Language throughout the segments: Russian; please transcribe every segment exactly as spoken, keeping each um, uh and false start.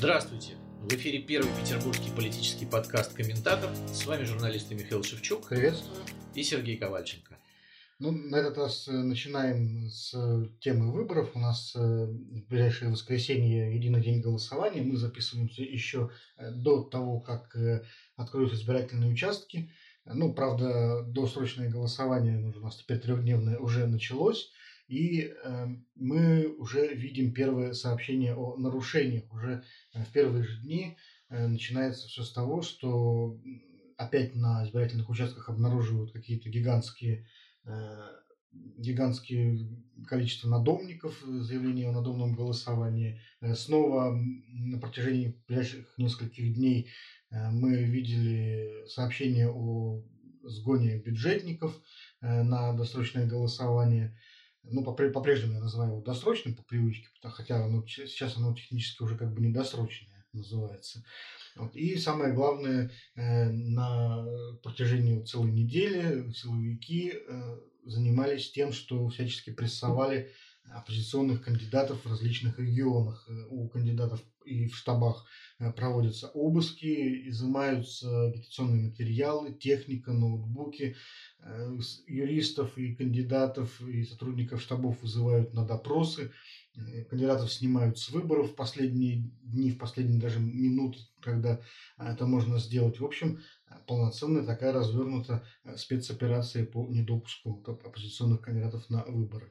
Здравствуйте! В эфире первый петербургский политический подкаст «Комментатор». С вами журналисты Михаил Шевчук. Приветствую. И Сергей Ковальченко. Ну, на этот раз начинаем с темы выборов. У нас в ближайшее воскресенье единый день голосования. Мы записываемся еще до того, как откроют избирательные участки. Ну, правда, досрочное голосование у нас теперь трехдневное уже началось. И э, мы уже видим первые сообщения о нарушениях. Уже в первые же дни э, начинается все с того, что опять на избирательных участках обнаруживают какие-то гигантские, э, гигантские количество надомников, заявлений о надомном голосовании. Э, снова на протяжении ближайших нескольких дней э, мы видели сообщения о сгоне бюджетников э, на досрочное голосование. Ну, по-прежнему я называю его досрочным по привычке, хотя ну, сейчас оно технически уже как бы недосрочное называется. Вот. И самое главное, э, на протяжении целой недели силовики э, занимались тем, что всячески прессовали оппозиционных кандидатов в различных регионах. У кандидатов и в штабах проводятся обыски, изымаются агитационные материалы, техника, ноутбуки. Юристов и кандидатов и сотрудников штабов вызывают на допросы. Кандидатов снимают с выборов в последние дни, в последние даже минуты, когда это можно сделать. В общем, полноценная такая развернута спецоперация по недопуску оппозиционных кандидатов на выборы.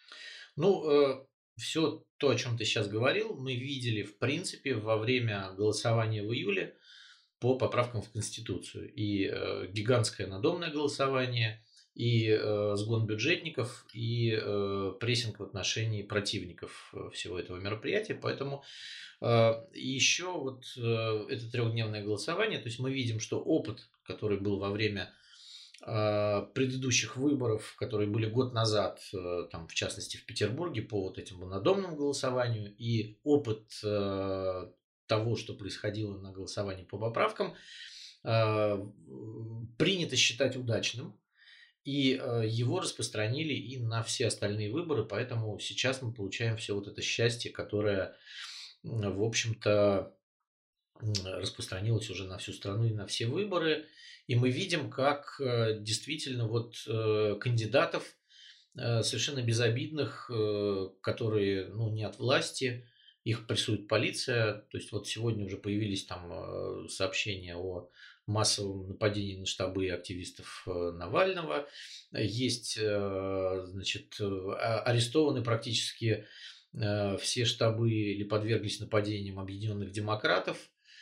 Ну, э, все то, о чем ты сейчас говорил, мы видели, в принципе, во время голосования в июле по поправкам в Конституцию. И э, гигантское надомное голосование, и э, сгон бюджетников, и э, прессинг в отношении противников всего этого мероприятия. Поэтому э, еще вот э, это трехдневное голосование, то есть мы видим, что опыт, который был во время предыдущих выборов, которые были год назад, там, в частности в Петербурге, по вот этому надомному голосованию, и опыт э, того, что происходило на голосовании по поправкам, э, принято считать удачным, и э, его распространили и на все остальные выборы, поэтому сейчас мы получаем все вот это счастье, которое, в общем-то, распространилось уже на всю страну и на все выборы. И мы видим, как э, действительно вот э, кандидатов э, совершенно безобидных, э, которые ну, не от власти, их прессует полиция. То есть вот сегодня уже появились там э, сообщения о массовом нападении на штабы активистов э, Навального. Есть, э, значит, арестованы практически э, все штабы или подверглись нападениям объединенных демократов.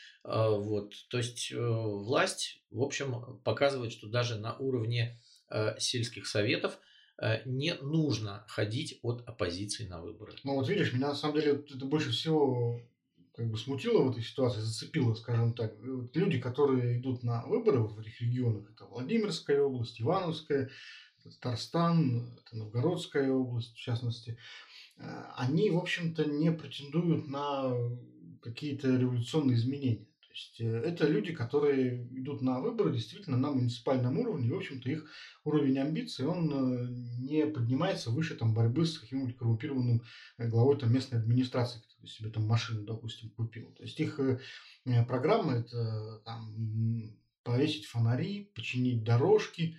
Вот. То есть э, власть, в общем, показывает, что даже на уровне э, сельских советов э, не нужно ходить от оппозиции на выборы. Ну вот видишь, меня на самом деле это больше всего как бы смутило в этой ситуации, зацепило, скажем так. Вот люди, которые идут на выборы в этих регионах, это Владимирская область, Ивановская, это Татарстан, это Новгородская область, в частности, они, в общем-то, не претендуют на какие-то революционные изменения. То есть это люди, которые идут на выборы действительно на муниципальном уровне, и, в общем-то, их уровень амбиций, он не поднимается выше там, борьбы с каким-нибудь коррумпированным главой там, местной администрации, который себе там машину, допустим, купил. То есть их программа – это там, повесить фонари, починить дорожки,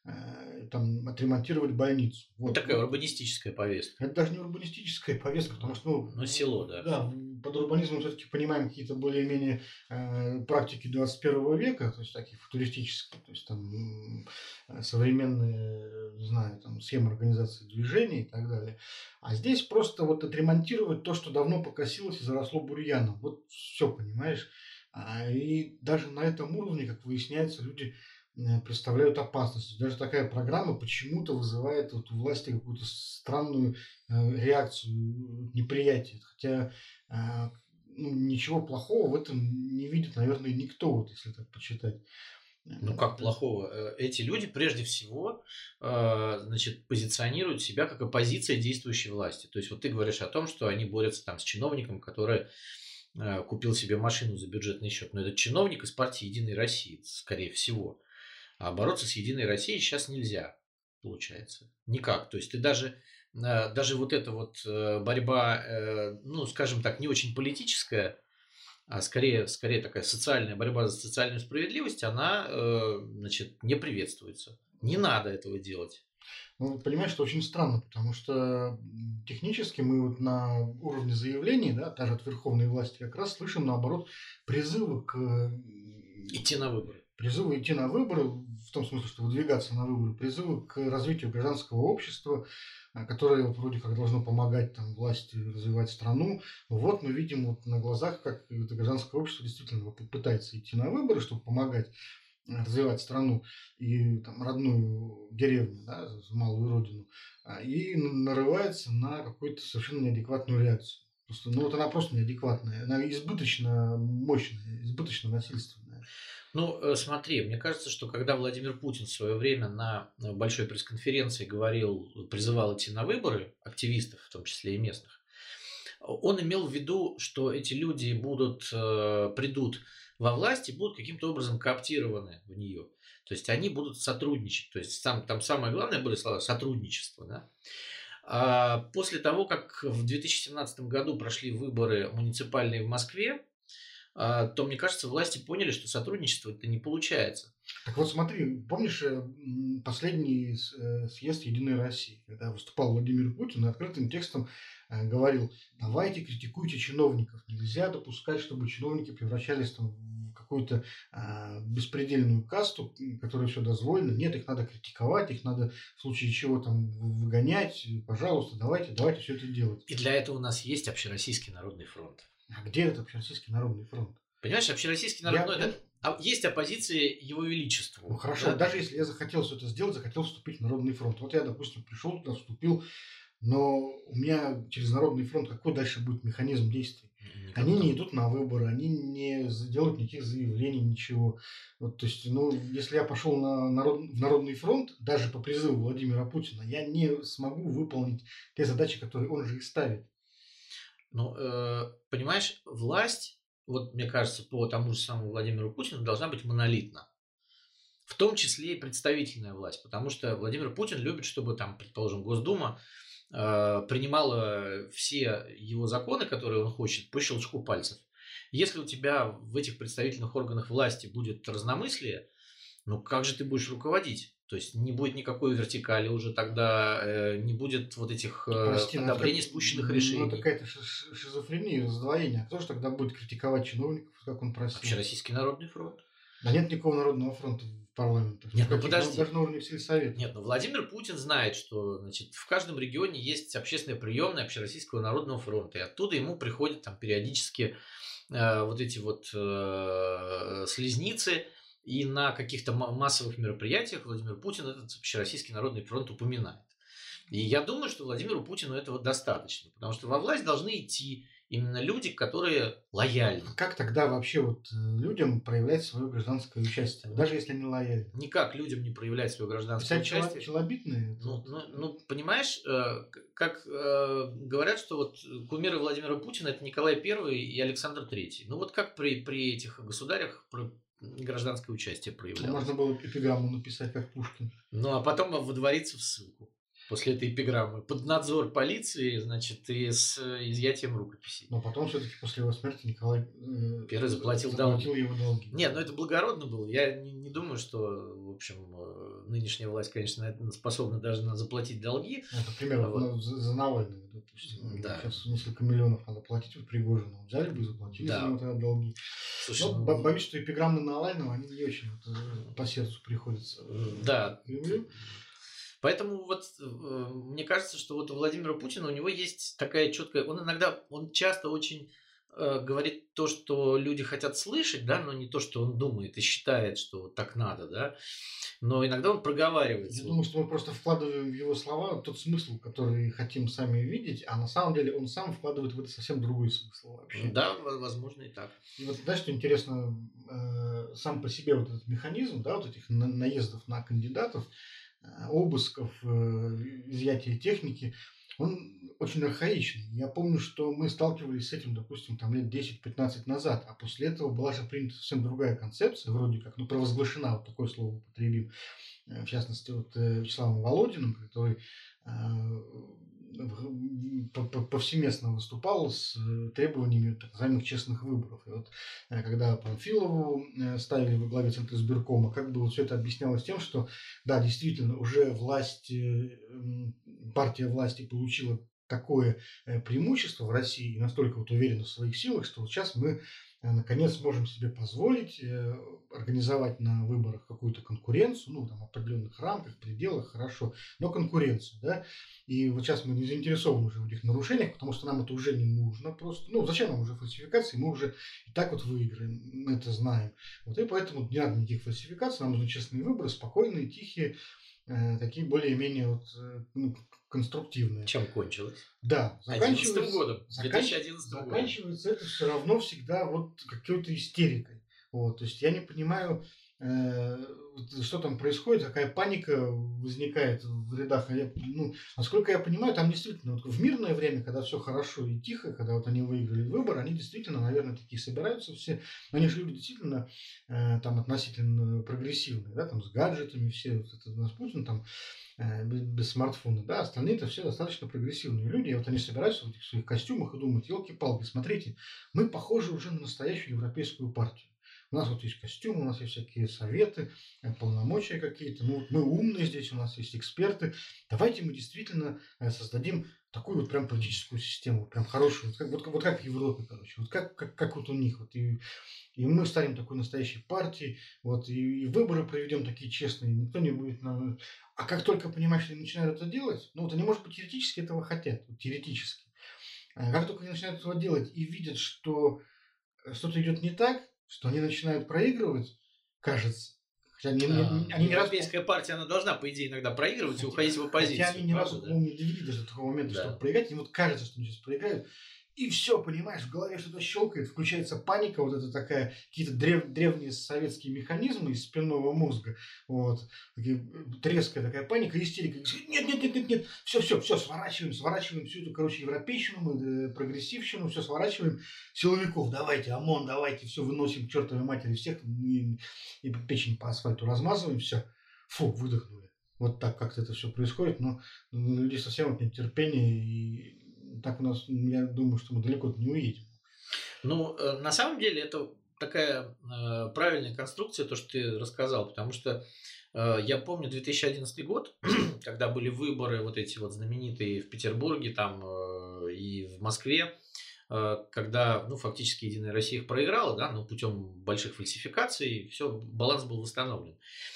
там, отремонтировать больницу. Вот. Ну, такая урбанистическая повестка. Это даже не урбанистическая повестка, потому что... Ну, ну село, да. Да, под урбанизмом все-таки понимаем какие-то более-менее э, практики двадцать первого века, то есть такие футуристические, то есть там э, современные, не знаю, там, схемы организации движений и так далее. А здесь просто вот отремонтировать то, что давно покосилось и заросло бурьяном. Вот все, понимаешь? А, и даже на этом уровне, как выясняется, люди представляют опасность. Даже такая программа почему-то вызывает вот у власти какую-то странную э, реакцию, неприятие. Хотя э, ну, ничего плохого в этом не видит, наверное, никто, вот, если так почитать. Ну как плохого? Эти люди прежде всего э, значит, позиционируют себя как оппозиция действующей власти. То есть вот ты говоришь о том, что они борются там с чиновником, который э, купил себе машину за бюджетный счет. Но этот чиновник из партии «Единой России», скорее всего. А бороться с «Единой Россией» сейчас нельзя, получается. Никак. То есть ты даже, даже вот эта вот борьба, ну, скажем так, не очень политическая, а скорее, скорее такая социальная борьба за социальную справедливость, она э, значит, не приветствуется. Не надо этого делать. Ну, понимаешь, что очень странно, потому что технически мы вот на уровне заявлений, да, даже от верховной власти как раз слышим, наоборот, призывы к идти на выборы. Призывы идти на выборы, в том смысле, что выдвигаться на выборы, призывы к развитию гражданского общества, которое вот вроде как должно помогать там, власти развивать страну. Вот мы видим вот на глазах, как это гражданское общество действительно пытается идти на выборы, чтобы помогать развивать страну и там, родную деревню, да, малую родину, и нарывается на какую-то совершенно неадекватную реакцию. Просто, ну вот она просто неадекватная, она избыточно мощная, избыточно насильственная. Ну, смотри, мне кажется, что когда Владимир Путин в свое время на большой пресс-конференции говорил, призывал идти на выборы активистов, в том числе и местных, он имел в виду, что эти люди будут, придут во власть и будут каким-то образом кооптированы в нее. То есть они будут сотрудничать. То есть там, там самое главное были слова сотрудничество. Да? А после того, как в две тысячи семнадцатом году прошли выборы муниципальные в Москве, то, мне кажется, власти поняли, что сотрудничество это не получается. Так вот смотри, помнишь последний съезд Единой России, когда выступал Владимир Путин и открытым текстом говорил: давайте критикуйте чиновников, нельзя допускать, чтобы чиновники превращались там в какую-то а, беспредельную касту, которая все дозволено. Нет, их надо критиковать, их надо в случае чего там выгонять. Пожалуйста, давайте, давайте все это делать. И для этого у нас есть Общероссийский народный фронт. А где этот Общероссийский народный фронт? Понимаешь, Общероссийский народный фронт, это... есть оппозиция Его Величеству. Ну хорошо, да? Даже если я захотел все это сделать, захотел вступить в Народный фронт. Вот я, допустим, пришел туда, вступил, но у меня через Народный фронт какой дальше будет механизм действий? Никак они не идут на выборы, они не делают никаких заявлений, ничего. Вот, то есть, ну, если я пошел на народ, в Народный фронт, даже по призыву Владимира Путина, я не смогу выполнить те задачи, которые он же и ставит. Ну, э, понимаешь, власть, вот мне кажется, по тому же самому Владимиру Путину должна быть монолитна. В том числе и представительная власть. Потому что Владимир Путин любит, чтобы там, предположим, Госдума э, принимала все его законы, которые он хочет, по щелчку пальцев. Если у тебя в этих представительных органах власти будет разномыслие, ну как же ты будешь руководить? То есть не будет никакой вертикали уже тогда, э, не будет вот этих э, Прости, одобрений как, спущенных ну, решений. Ну, это какая-то шизофрения, раздвоение. А кто же тогда будет критиковать чиновников, как он просил? Общероссийский народный фронт. Да нет никакого народного фронта в парламенте. Нет, ну подожди. Даже на уровне сельсовета. Нет, ну Владимир Путин знает, что значит, в каждом регионе есть общественная приемная Общероссийского народного фронта. И оттуда ему приходят там периодически э, вот эти вот э, слезницы. И на каких-то массовых мероприятиях Владимир Путин этот Общероссийский народный фронт упоминает. И я думаю, что Владимиру Путину этого достаточно. Потому что во власть должны идти именно люди, которые лояльны. Как тогда вообще вот людям проявлять свое гражданское участие, даже если они лояльны? Никак людям не проявлять свое гражданское Писать участие. челобитные? Ну, ну, ну, понимаешь, как э, говорят, что вот кумиры Владимира Путина это Николай Первый и Александр Третий. Ну вот как при, при этих государях гражданское участие проявлялось? Можно было эпиграмму написать, как Пушкин. Ну, а потом выдвориться в ссылку. После этой эпиграммы. Под надзор полиции, значит, и с изъятием рукописей. Но потом все-таки после его смерти Николай э, Первый заплатил, заплатил долги. его долги. Нет, ну это благородно было. Я не, не думаю, что, в общем, нынешняя власть, конечно, способна даже на заплатить долги. Это примерно вот. ну, за, за Навального, допустим. Да. Сейчас несколько миллионов надо платить вот Пригожину. Взяли бы и заплатили да. за него тогда долги. Слушай, Но ну... боюсь, что эпиграммы Навального, они не очень вот, по сердцу приходятся. Да. Кремлю. Поэтому вот э, мне кажется, что вот у Владимира Путина у него есть такая четкая... Он иногда, он часто очень э, говорит то, что люди хотят слышать, да, но не то, что он думает и считает, что вот так надо, да. Но иногда он проговаривается. Я думаю, что мы просто вкладываем в его слова тот смысл, который хотим сами видеть, а на самом деле он сам вкладывает в это совсем другой смысл вообще. Да, возможно и так. И вот знаешь, что интересно, э, сам по себе вот этот механизм, да, вот этих на- наездов на кандидатов, обысков, изъятия техники, он очень архаичный. Я помню, что мы сталкивались с этим, допустим, там лет десять-пятнадцать назад, а после этого была же принята совсем другая концепция, вроде как, ну, провозглашена, вот такое слово употребим, в частности, вот Вячеславом Володиным, который повсеместно выступал с требованиями так называемых честных выборов. И вот когда Панфилову ставили во главе Центризбиркома, как бы вот все это объяснялось тем, что да, действительно, уже власть, партия власти получила такое преимущество в России и настолько вот уверена в своих силах, что вот сейчас мы наконец можем себе позволить организовать на выборах какую-то конкуренцию, ну, там, в определенных рамках, пределах, хорошо, но конкуренцию, да, и вот сейчас мы не заинтересованы уже в этих нарушениях, потому что нам это уже не нужно просто, ну, зачем нам уже фальсификации, мы уже и так вот выиграем, мы это знаем, вот, и поэтому не надо никаких фальсификаций, нам нужны честные выборы, спокойные, тихие, э, такие более-менее вот, э, ну, конструктивные. Чем кончилось? Да, одиннадцатым годом, заканч... две тысячи одиннадцатым заканчивается это все равно всегда вот какой-то истерикой. Вот, то есть я не понимаю, э, что там происходит, какая паника возникает в рядах. Я, ну, насколько я понимаю, там действительно вот в мирное время, когда все хорошо и тихо, когда вот они выиграли выбор, они действительно, наверное, такие собираются все. Но они же люди действительно э, там относительно прогрессивные, да, там с гаджетами все, вот это у нас Путин там без, без смартфона, да, остальные-то все достаточно прогрессивные люди, и вот они собираются в этих своих костюмах и думают, елки-палки, смотрите, мы похожи уже на настоящую европейскую партию. У нас вот есть костюмы, у нас есть всякие советы, полномочия какие-то, ну, мы умные здесь, у нас есть эксперты, давайте мы действительно создадим такую вот прям политическую систему, прям хорошую, вот как, вот, вот как в Европе, короче, вот как, как, как вот у них, вот и И мы станем такой настоящей партией, вот, и, и выборы проведем такие честные, никто не будет... На... А как только понимаешь, что они начинают это делать, ну вот они, может быть, теоретически этого хотят, вот, теоретически. А как только они начинают этого делать и видят, что что-то идет не так, что они начинают проигрывать, кажется, хотя они, А, они ни разу... Европейская партия, она должна, по идее, иногда проигрывать хотя, и уходить в оппозицию. Хотя они ни разу, да? по-моему, не довели даже до такого момента, да. чтобы проиграть, им вот кажется, что они сейчас проиграют. И все, понимаешь, в голове что-то щелкает, включается паника, вот это такая, какие-то древ, древние советские механизмы из спинного мозга, вот, такие, резкая такая паника, истерика. Нет, нет, нет, нет, нет, все, все, все, сворачиваем, сворачиваем всю эту, короче, европейщину, мы, прогрессивщину, все сворачиваем, силовиков, давайте, ОМОН, давайте, все выносим к чертовой матери всех, и, и печень по асфальту размазываем, все, фу, выдохнули. Вот так как-то это все происходит, но людей совсем вот нет терпения, и так у нас, я думаю, что мы далеко не уедем. Ну, на самом деле, это такая э, правильная конструкция, то, что ты рассказал, потому что э, я помню две тысячи одиннадцатый год, когда были выборы вот эти вот знаменитые в Петербурге там э, и в Москве, э, когда, ну, фактически Единая Россия их проиграла, да, но путем больших фальсификаций, все, баланс был восстановлен.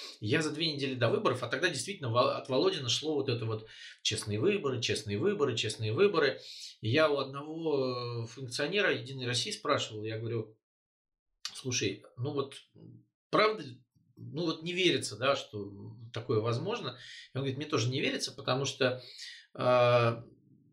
Я за две недели до выборов, а тогда действительно от Володина шло вот это вот честные выборы, честные выборы, честные выборы. И я у одного функционера Единой России спрашивал, я говорю, слушай, ну вот правда, ну вот не верится, да, что такое возможно. И он говорит, мне тоже не верится, потому что э, в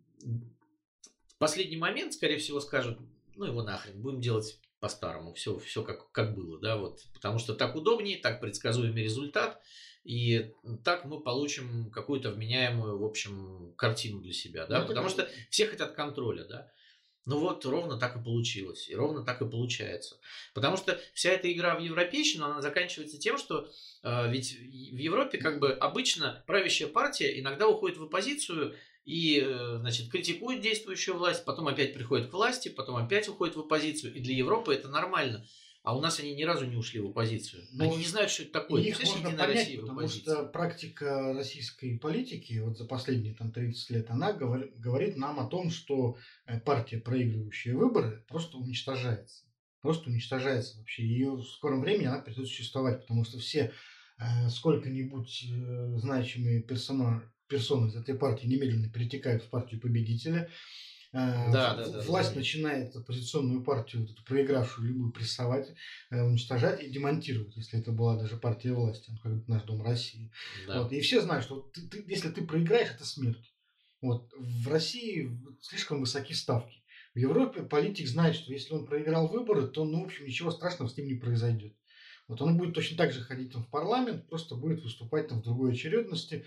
последний момент, скорее всего, скажут, ну его нахрен, будем делать по-старому, все, все как, как было, да, вот, потому что так удобнее, так предсказуемый результат, и так мы получим какую-то вменяемую, в общем, картину для себя, да, ну, потому что все хотят контроля, да. Ну вот, ровно так и получилось, и ровно так и получается. Потому что вся эта игра в европейщину, она заканчивается тем, что э, ведь в Европе как бы обычно правящая партия иногда уходит в оппозицию и, э, значит, критикует действующую власть, потом опять приходит к власти, потом опять уходит в оппозицию, и для Европы это нормально. А у нас они ни разу не ушли в оппозицию. Но они не знают, что это такое. Их можно понять, потому что практика российской политики вот за последние там, тридцать лет, она говорит, говорит нам о том, что партия, проигрывающая выборы, просто уничтожается. Просто уничтожается вообще. Ее в скором времени она перестает существовать, потому что все э, сколько-нибудь э, значимые персона, персоны из этой партии немедленно перетекают в партию победителя. Да, да, да, власть да, начинает оппозиционную партию, вот эту проигравшую любую, прессовать, уничтожать и демонтировать, если это была даже партия власти, как наш Дом России. Да. Вот, и все знают, что ты, ты, если ты проиграешь, это смерть. Вот. В России слишком высоки ставки. В Европе политик знает, что если он проиграл выборы, то, ну, в общем, ничего страшного с ним не произойдет. Вот он будет точно так же ходить там в парламент, просто будет выступать там в другой очередности,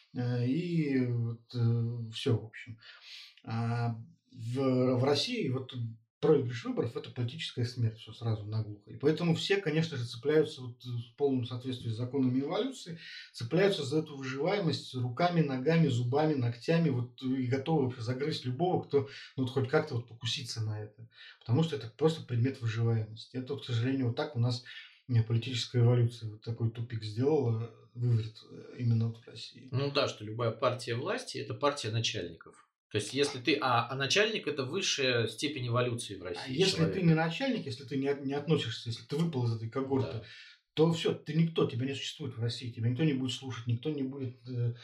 и вот, все, в общем. А в, в России вот проигрыш выборов – это политическая смерть, все сразу наглухо. И поэтому все, конечно же, цепляются вот в полном соответствии с законами эволюции, цепляются за эту выживаемость руками, ногами, зубами, ногтями, вот, и готовы вообще загрызть любого, кто ну, вот хоть как-то вот покусится на это. Потому что это просто предмет выживаемости. Это, вот, к сожалению, вот так у нас э, политическая эволюция вот такой тупик сделала, выворот э, именно вот в России. Ну да, что любая партия власти – это партия начальников. То есть, если ты… А, а начальник – это высшая степень эволюции в А России если ты человека. не начальник, если ты не, от- не относишься, если ты выпал из этой когорты, Да. то все, ты никто, тебя не существует в России, тебя никто не будет слушать, никто не будет э,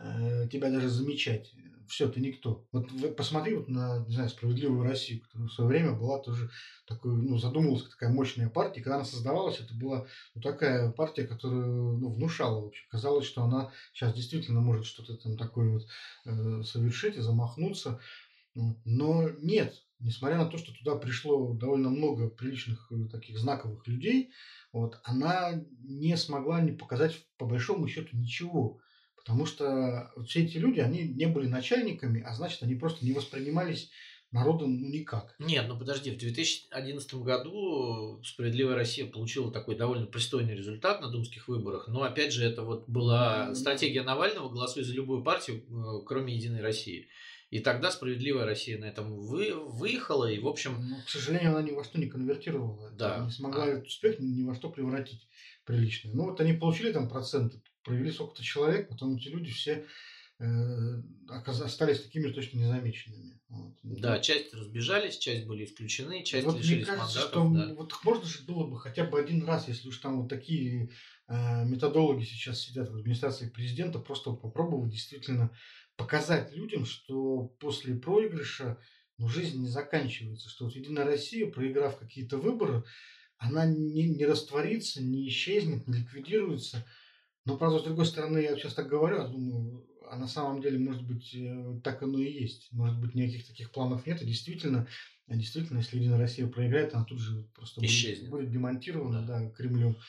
э, тебя даже замечать. Все, ты никто. Вот вы посмотри вот на, не знаю, «Справедливую Россию», которая в свое время была тоже такой, ну, задумывалась как такая мощная партия. Когда она создавалась, это была ну, такая партия, которая ну, внушала, в общем. Казалось, что она сейчас действительно может что-то там такое вот э, совершить и замахнуться. Вот. Но нет, несмотря на то, что туда пришло довольно много приличных э, таких знаковых людей, вот, она не смогла не показать по большому счету ничего. Потому что вот все эти люди, они не были начальниками, а значит, они просто не воспринимались народом ну, никак. Нет, ну подожди, в две тысячи одиннадцатом году «Справедливая Россия» получила такой довольно пристойный результат на думских выборах, но опять же это вот была М, стратегия Навального «голосуй за любую партию, э, кроме «Единой России». И тогда «Справедливая Россия» на этом вы, выехала, и в общем, Но, к сожалению, она ни во что не конвертировала. Это не да. смогла А, этот успех ни во что превратить приличный. Ну вот они получили там проценты, провели сколько-то человек, потом эти люди все э, оказ- остались такими же точно незамеченными. Вот. да, Ну, часть разбежались, часть были исключены, часть вот мне лишились кажется, что мандатов, да. вот можно же было бы хотя бы один раз, если уж там вот такие э, методологи сейчас сидят в администрации президента, просто вот попробовать действительно показать людям, что после проигрыша ну, жизнь не заканчивается, что вот Единая Россия, проиграв какие-то выборы, она не, не растворится, не исчезнет, не ликвидируется. Но, правда, с другой стороны, я сейчас так говорю, а думаю, а на самом деле, может быть, э, так оно и есть. Может быть, никаких таких планов нет. И действительно, а действительно, если Единая Россия проиграет, она тут же просто будет, Исчезнет. будет демонтирована, Да. да, Кремлем.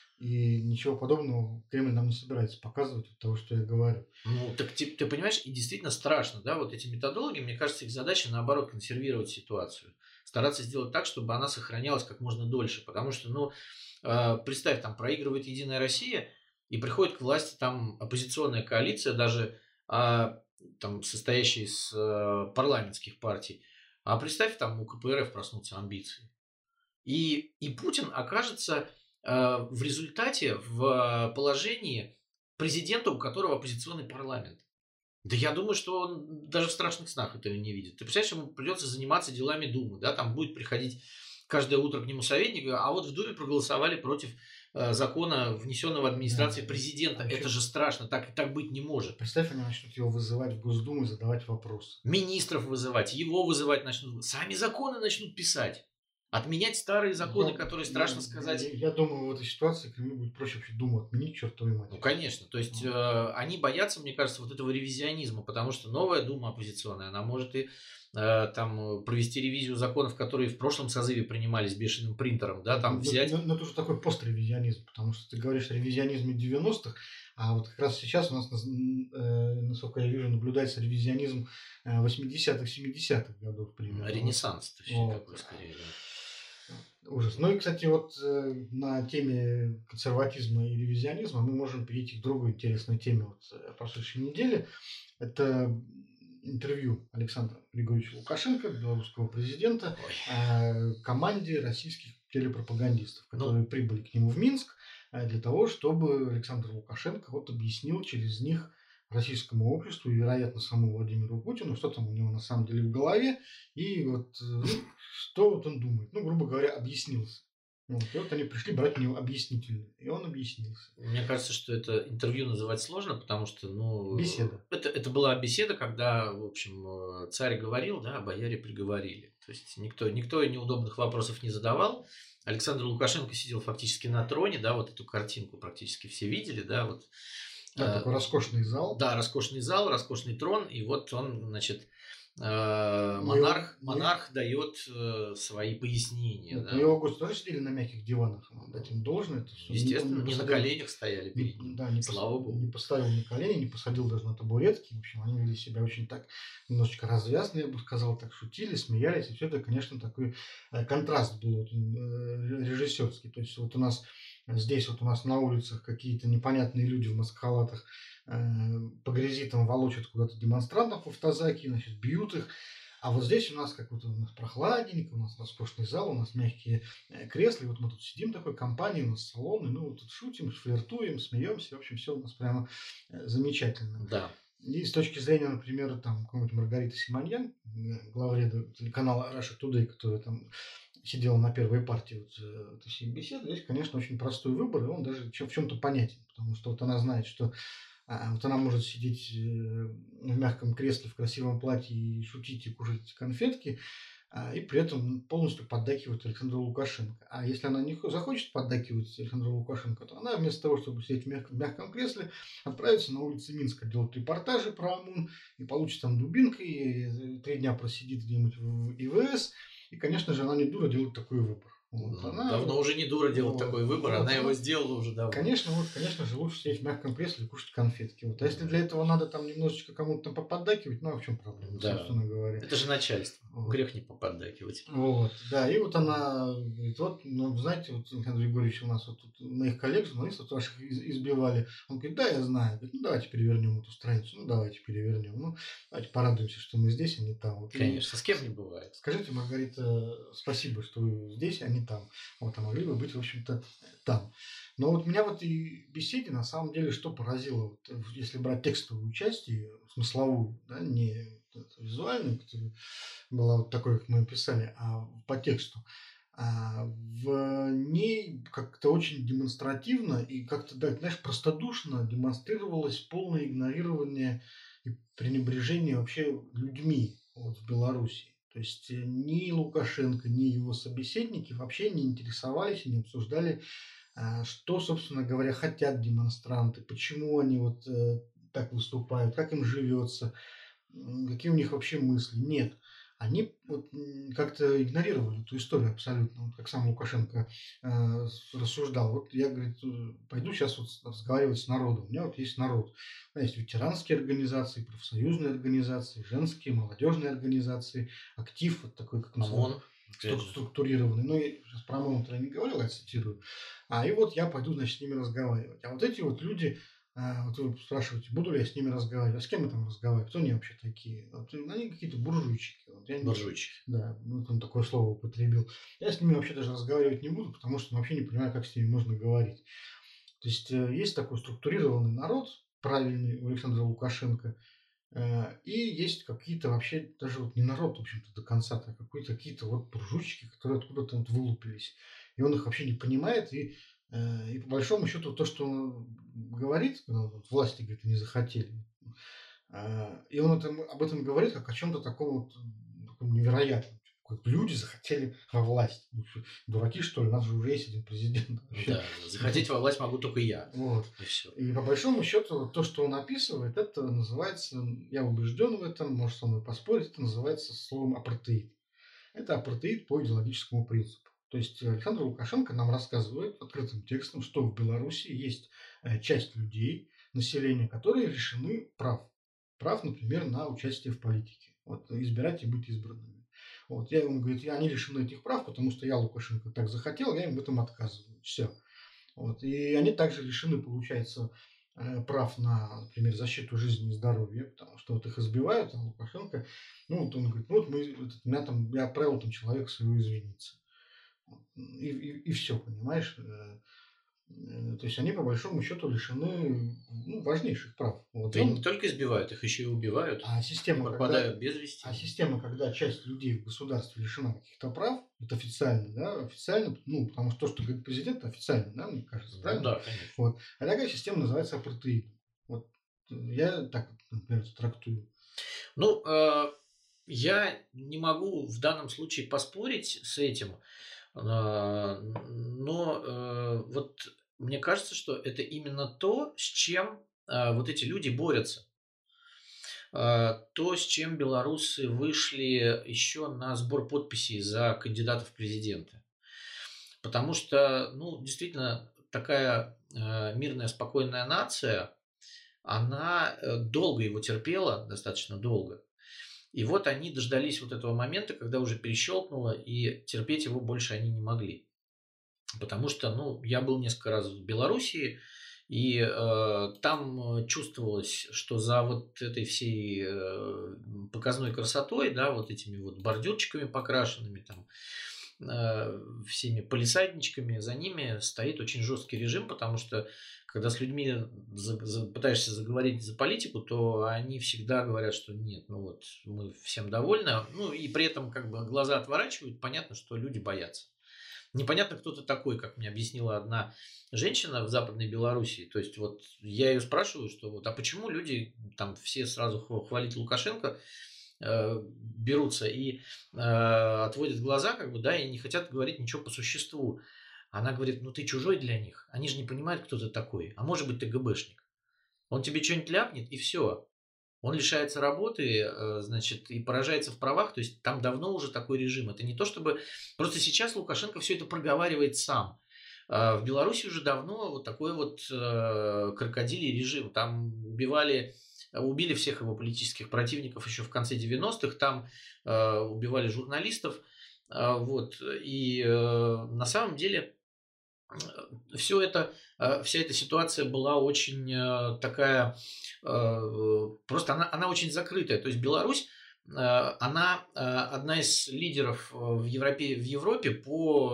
И ничего подобного Кремль нам не собирается показывать от того, что я говорю. Ну, так ты, ты понимаешь, и действительно страшно, да, вот эти методологи, мне кажется, их задача, наоборот, консервировать ситуацию. Стараться сделать так, чтобы она сохранялась как можно дольше. Потому что, ну, э, представь, там проигрывает «Единая Россия», и приходит к власти там оппозиционная коалиция, даже а, там, состоящая из э, парламентских партий. А представь, там у ка пэ эр эф проснутся амбиции. И, и Путин окажется э, в результате в положении президента, у которого оппозиционный парламент. Да я думаю, что он даже в страшных снах этого не видит. Ты представляешь, ему придется заниматься делами Думы, да, там будет приходить каждое утро к нему советник, а вот в Думе проголосовали против э, закона, внесенного администрацией Да. президента. А еще Это же страшно, так, так быть не может. представь, они начнут его вызывать в Госдуму и задавать вопросы. Министров вызывать, его вызывать начнут, сами законы начнут писать. Отменять старые законы, Я, которые я, страшно сказать. я, я думаю, в этой ситуации Кремлю будет проще вообще Думу отменить, чертовой мать. Ну, конечно. То есть, э, они боятся, мне кажется, вот этого ревизионизма, потому что новая Дума оппозиционная, она может и э, там провести ревизию законов, которые в прошлом созыве принимались бешеным принтером, да, там Ну, взять. ну, ну, это уже такой постревизионизм, потому что ты говоришь о ревизионизме девяностых, а вот как раз сейчас у нас, э, насколько я вижу, наблюдается ревизионизм э, восьмидесятых, семидесятых годов примерно. Ренессанс, то есть, Вот. такой скорее, да. Ужас. Ну и, кстати, вот э, на теме консерватизма и ревизионизма мы можем перейти к другой интересной теме вот, э, прошедшей недели. Это интервью Александра Григорьевича Лукашенко, белорусского президента, Ой. э, команде российских телепропагандистов, которые Ну, прибыли к нему в Минск э, для того, чтобы Александр Лукашенко вот объяснил через них российскому обществу и, вероятно, самому Владимиру Путину, что там у него на самом деле в голове, и вот э, ну, что вот он думает. Ну, грубо говоря, объяснился. Вот, и вот они пришли брать у него объяснительный, и он объяснился. мне кажется, что это интервью называть сложно, потому что, ну, Беседа. это, это была беседа, когда, в общем, э, царь говорил, да, а бояре приговорили. То есть никто, никто неудобных вопросов не задавал. Александр Лукашенко сидел фактически на троне, да, вот эту картинку практически все видели, да, вот. Да, э, такой роскошный зал. Да, роскошный зал, роскошный трон, и вот он, значит, э, Ну, его, монарх, ну, монарх дает э, свои пояснения, нет, ну, да. его гости тоже сидели на мягких диванах, надо дать им должное, это всё. Не- Он Естественно, не не на посадил, коленях стояли не, перед ним, да, не, пос- слава не богу. поставил на колени, не посадил даже на табуретки. В общем, они вели себя очень так немножечко развязно, я бы сказал, так шутили, смеялись. И все это, конечно, такой э, контраст был вот, э, режиссерский. То есть вот у нас э, здесь вот у нас на улицах какие-то непонятные люди в маскхалатах э, по грязи там волочат куда-то демонстрантов в автозаки, значит, бьют их. А вот здесь у нас как вот у нас прохладненько, у нас роскошный зал, у нас мягкие э, кресла, и вот мы тут сидим такой компанией, у нас салон, и мы вот тут шутим, флиртуем, смеемся, в общем, все у нас прямо э, замечательно. Да. И с точки зрения, например, там какой-нибудь Маргариты Симоньян, э, главреда телеканала Russia Today, которая там сидела на первой партии вот, э, этой всей беседы, здесь, конечно, очень простой выбор, и он даже чё- в чем-то понятен, потому что вот она знает, что а, вот она может сидеть э, в мягком кресле, в красивом платье и шутить и кушать эти конфетки, а, и при этом полностью поддакивать Александру Лукашенко. А если она не хо- захочет поддакивать Александру Лукашенко, то она вместо того, чтобы сидеть в, мяг- в мягком кресле, отправится на улицы Минска делать репортажи про ОМОН и получит там дубинкой, и три дня просидит где-нибудь в И В С. И, конечно же, она не дура делать такой выбор. Вот. Ну, Она, давно уже не дура делать вот, такой выбор, вот, она его она, сделала уже давно. конечно, вот, конечно же, лучше сидеть в мягком кресле и кушать конфетки. Вот. А если для этого надо там немножечко кому-то там поподдакивать, ну а в чем проблема, Да, собственно говоря. это же начальство, Вот. грех не поподдакивать. Вот, да, и вот она говорит, вот, ну, знаете, вот Александр Григорьевич у нас вот тут моих коллег, журналистов ваших из- избивали. Он говорит, да, я знаю. Говорит, ну, давайте перевернем эту страницу. Ну, давайте перевернем. Ну, давайте порадуемся, что мы здесь, а не там. Вот. И Конечно, с кем не бывает. скажите, Маргарита, спасибо, что вы здесь, а не там. Вот, а могли бы быть, в общем-то, там. Но вот меня в этой беседе на самом деле что поразило, вот, э, если брать текстовую часть, и смысловую, да, не вот эту визуальную, которая была вот такой, как мы писали, а по тексту, а, в ней как-то очень демонстративно и как-то, да, знаешь, простодушно демонстрировалось полное игнорирование и пренебрежение вообще людьми вот, в Беларуси. То есть э, ни Лукашенко, ни его собеседники вообще не интересовались и не обсуждали, а, что, собственно говоря, хотят демонстранты, почему они вот э, так выступают, как им живется, м, какие у них вообще мысли. Нет. Они вот м, как-то игнорировали эту историю абсолютно. Вот как сам Лукашенко э, с- рассуждал. Вот я, говорит, э, пойду сейчас вот с- разговаривать с народом. У меня вот есть народ. У меня есть ветеранские организации, профсоюзные организации, женские, молодежные организации, актив вот такой, как называют, ОМОН, опять струк- же. структурированный. Ну, я сейчас про ОМОН я не говорил, я цитирую. А и вот я пойду, значит, с ними разговаривать. А вот эти вот люди, а, вот вы спрашиваете, буду ли я с ними разговаривать, а с кем я там разговариваю, кто они вообще такие? Вот, ну, они какие-то буржуйчики. Вот я не, Буржуйчики. да, вот он такое слово употребил. Я с ними вообще даже разговаривать не буду, потому что вообще не понимаю, как с ними можно говорить. То есть э, есть такой структурированный народ, правильный у Александра Лукашенко, э, и есть какие-то вообще, даже вот не народ, в общем-то, до конца, а какие-то какие-то вот буржуйчики, которые откуда-то вот вылупились. И он их вообще не понимает, и, э, и по большому счету то, что он говорит, когда он вот власти, говорит, не захотели, а, и он это, об этом говорит как о чем-то таком вот м, таком невероятном. Как люди захотели во власть. Ну, что, дураки, что ли? У нас же уже есть один президент. Вообще. Да, захотеть во власть могу только я. Вот. И все. И по большому счету, вот то, что он описывает, это называется, я убежден в этом, может со мной поспорить, это называется словом апартеид. Это апартеид по идеологическому принципу. То есть Александр Лукашенко нам рассказывает открытым текстом, что в Беларуси есть э, часть людей, населения, которые лишены прав. Прав, например, на участие в политике. Вот, избирать и быть избранными. Вот, я ему говорю, они лишены этих прав, потому что я, Лукашенко, так захотел, я им в этом отказываю. Все. Вот. И они также лишены, получается, э, прав на, например, защиту жизни и здоровья, потому что вот их избивают, а Лукашенко, ну, вот он говорит, ну, вот мы, этот, меня там, я отправил там человека своего извиниться. Вот. И, и, и все, понимаешь? Э, э, То есть они, по большому счету, лишены ну, важнейших прав. Вот. Да И и не он- только избивают, их еще и убивают. а система, когда, Пропадают без вести. а система, когда часть людей в государстве лишена каких-то прав, это официально, да, официально, ну, потому что то, что говорит президент, официально, да, мне кажется, Ну правильно? да, конечно. Вот. А такая система называется апартеид. Вот э, я так, например, это трактую. Ну, э, я не могу в данном случае поспорить с этим, э, но э, вот мне кажется, что это именно то, с чем э, вот эти люди борются. а, то, с чем белорусы вышли еще на сбор подписей за кандидатов в президенты. Потому что, ну, действительно, такая э, мирная, спокойная нация, она э, долго его терпела, достаточно долго. И вот они дождались вот этого момента, когда уже перещелкнуло, и терпеть его больше они не могли. Потому что, ну, я был несколько раз в Белоруссии, и э, там э, чувствовалось, что за вот этой всей э, показной красотой, да, вот этими вот бордюрчиками покрашенными, там, э, всеми полисадничками, за ними стоит очень жесткий режим, потому что когда с людьми за- за- пытаешься заговорить за политику, то они всегда говорят, что нет, ну вот мы всем довольны, ну и при этом как бы глаза отворачивают, понятно, что люди боятся. Непонятно, кто ты такой, как мне объяснила одна женщина в Западной Белоруссии. То есть вот я ее спрашиваю, что вот, а почему люди там все сразу хва- хвалить Лукашенко э, берутся и э, отводят глаза, как бы, да, и не хотят говорить ничего по существу. Она говорит, ну ты чужой для них, они же не понимают, кто ты такой, а может быть ты ГБшник. Он тебе что-нибудь ляпнет, и все. Он лишается работы, э, значит, и поражается в правах. То есть там давно уже такой режим. Это не то чтобы... Просто сейчас Лукашенко все это проговаривает сам. А в Беларуси уже давно вот такой вот э, крокодилий режим. Там убивали, убили всех его политических противников еще в конце девяностых. Там э, убивали журналистов. А, вот. И э, на самом деле все это, э, вся эта ситуация была очень э, такая, э, просто она, она очень закрытая. То есть Беларусь, э, она э, одна из лидеров э, в Европе, в Европе по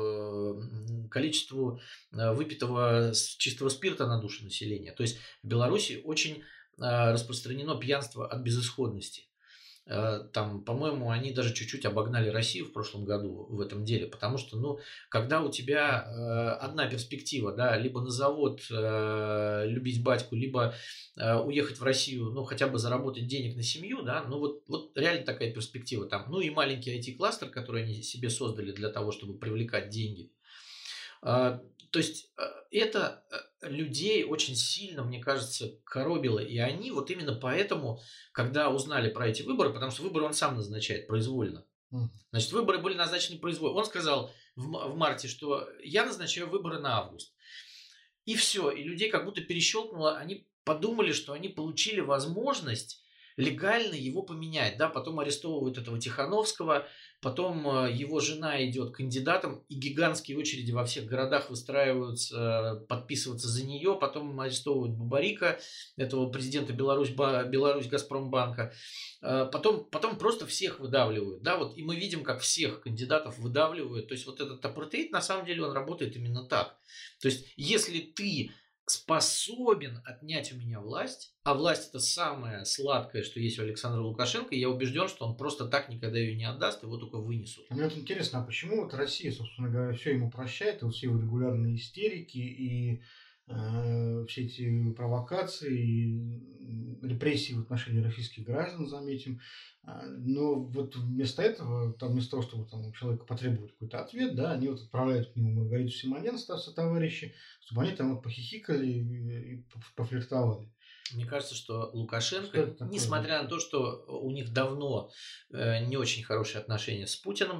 э, количеству э, выпитого с- чистого спирта на душу населения. То есть в Беларуси очень э, распространено пьянство от безысходности. Э, там, по-моему, они даже чуть-чуть обогнали Россию в прошлом году в этом деле, потому что, ну, когда у тебя э, одна перспектива, да, либо на завод э, любить батьку, либо э, уехать в Россию, ну, хотя бы заработать денег на семью, да, ну, вот, вот реально такая перспектива там, ну, и маленький ай ти-кластер, который они себе создали для того, чтобы привлекать деньги. А, то есть э, это э, людей очень сильно, мне кажется, коробило. И они вот именно поэтому, когда узнали про эти выборы, потому что выборы он сам назначает произвольно. Мгм. Значит, выборы были назначены произвольно. Он сказал в, м- в марте, что я назначаю выборы на август. И все, и людей как будто перещелкнуло, они подумали, что они получили возможность легально его поменять, да, потом арестовывают этого Тихановского, потом э, его жена идет кандидатом, и гигантские очереди во всех городах выстраиваются, э, подписываться за нее, потом арестовывают Бабарика, этого президента Беларусь, Ба- Беларусь Газпромбанка, Э, потом, потом просто всех выдавливают, да, вот, и мы видим, как всех кандидатов выдавливают, то есть вот этот апартеид, на самом деле, он работает именно так. То есть, если ты способен отнять у меня власть, а власть это самое сладкое, что есть у Александра Лукашенко, и я убежден, что он просто так никогда ее не отдаст, его только вынесут. А мне вот интересно, а почему вот Россия, собственно говоря, все ему прощает, и вот все его регулярные истерики, и э, все эти провокации, и м, репрессии в отношении российских граждан, заметим. А, но вот вместо этого, там, вместо того, чтобы там, у человека потребовать какой-то ответ, да, они вот отправляют к нему Маргариту Симонян, со товарищи, чтобы они там вот похихикали и, и пофлиртовали. Мне кажется, что Что Лукашенко, это такое несмотря на вообще? то, что у них давно э, не очень хорошие отношения с Путиным,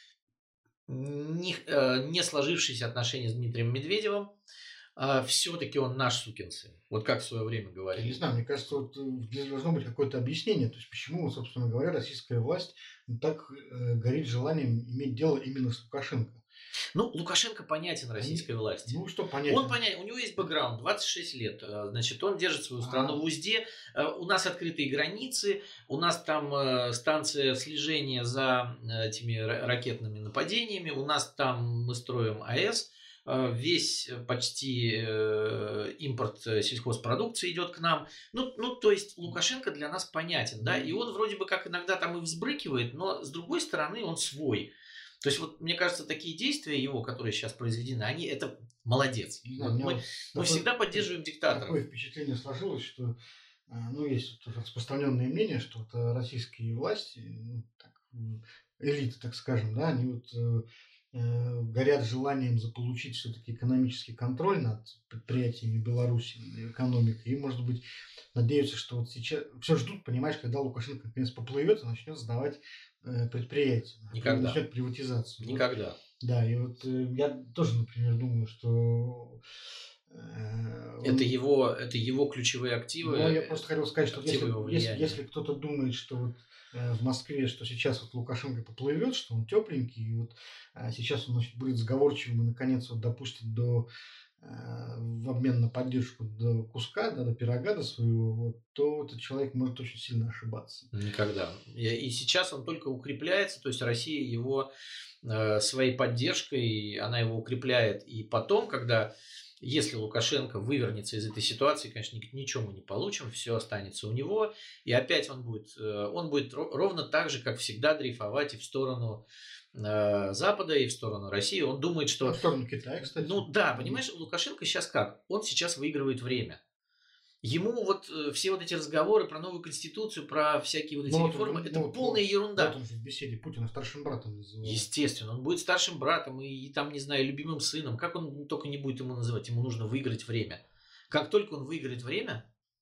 не, э, не сложившиеся отношения с Дмитрием Медведевым, все-таки он наш сукин сын. Вот как в свое время Я не говорили. знаю, мне кажется, вот э, здесь должно быть какое-то объяснение, то есть почему, вот, собственно говоря, российская власть ну, так э, горит желанием иметь дело именно с Лукашенко. Ну, Лукашенко понятен Они, российской власти. ну что Он понятен, понятен, у него есть бэкграунд, двадцать шесть лет, э, значит, он держит свою страну в а, узде, э, у нас открытые границы, у нас там э, станция слежения за э, этими ра- ракетными нападениями, у нас там мы строим АЭС, э, весь э, почти э, импорт э, сельхозпродукции идет к нам. Ну, ну, то есть Лукашенко для нас понятен, да, и он вроде бы как иногда там и взбрыкивает, но с другой стороны он свой. То есть вот мне кажется, такие действия его, которые сейчас произведены, они это молодец. не знаю, у Вот меня мы, вот мы такое, всегда поддерживаем диктаторов. такое впечатление сложилось, что а, ну, есть вот распространенное мнение, что вот э, российские власти, ну, так, м, элита, так скажем, да, они вот э, э, горят желанием заполучить все-таки экономический контроль над предприятиями Беларуси, экономикой, и, может быть, надеются, что вот сейчас все ждут, понимаешь, когда Лукашенко наконец поплывет и начнет сдавать э, предприятия, Никогда. начнет приватизацию. Никогда. Вот, да, и вот э, я тоже, например, думаю, что э, Это он- его, это его ключевые активы. ну, я просто хотел сказать, что активы если, его если, влияния. если кто-то думает, что вот э, в Москве, что сейчас вот Лукашенко поплывет, что он тепленький, и вот а, сейчас он, значит, будет сговорчивым и наконец вот допустит до э, в обмен на поддержку до куска, да, до пирога, до своего, вот, то этот человек может очень сильно ошибаться. Никогда. И и сейчас он только укрепляется, то есть Россия его э, своей поддержкой, она его укрепляет. И потом, когда, если Лукашенко вывернется из этой ситуации, конечно, ни- ничего мы не получим, все останется у него. И опять он будет, э, он будет ро- ровно так же, как всегда, дрейфовать и в сторону э, Запада, и в сторону России. Он думает, Ну, что... в сторону Китая, кстати. Ну да, понимаешь, Лукашенко сейчас как? Он сейчас выигрывает время. Ему вот э, все вот эти разговоры про новую конституцию, про всякие вот эти Ну, вот, реформы, ну, это вот, полная вот, ерунда. Вот он же в беседе Путина старшим братом называл. Естественно, он будет старшим братом и, и там, не знаю, любимым сыном. Как он только не будет ему называть, ему нужно выиграть время. Как только он выиграет время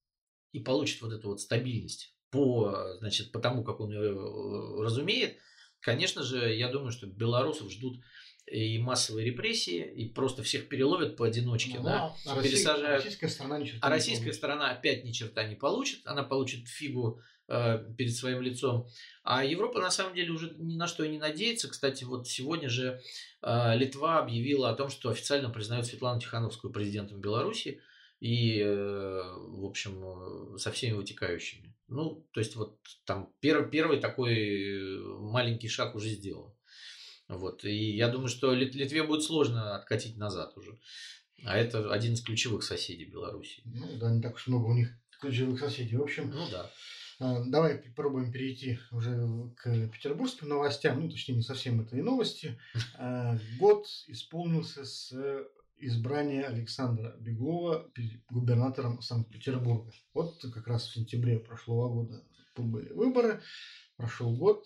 и получит вот эту вот стабильность по, значит, по тому, как он ее э, разумеет, конечно же, я думаю, что белорусов ждут и массовые репрессии, и просто всех переловят поодиночке, Ну, да, а Россия- пересажают. российская сторона ни черта А не российская получит. сторона опять ни черта не получит, она получит фигу э, перед своим лицом. А Европа на самом деле уже ни на что и не надеется. Кстати, вот сегодня же э, Литва объявила о том, что официально признает Светлану Тихановскую президентом Беларуси и, э, в общем, э, со всеми вытекающими. Ну, то есть вот там пер, первый такой э, маленький шаг уже сделан. Вот. И я думаю, что Лит- Литве будет сложно откатить назад уже. А это один из ключевых соседей Беларуси. Ну да, не так уж много у них ключевых соседей. В общем, Ну да. а, давай попробуем перейти уже к петербургским новостям. Ну, точнее, не совсем это и новости. А, Год исполнился с избрания Александра Беглова пе- губернатором Санкт-Петербурга. Вот как раз в сентябре прошлого года были выборы. Прошел год.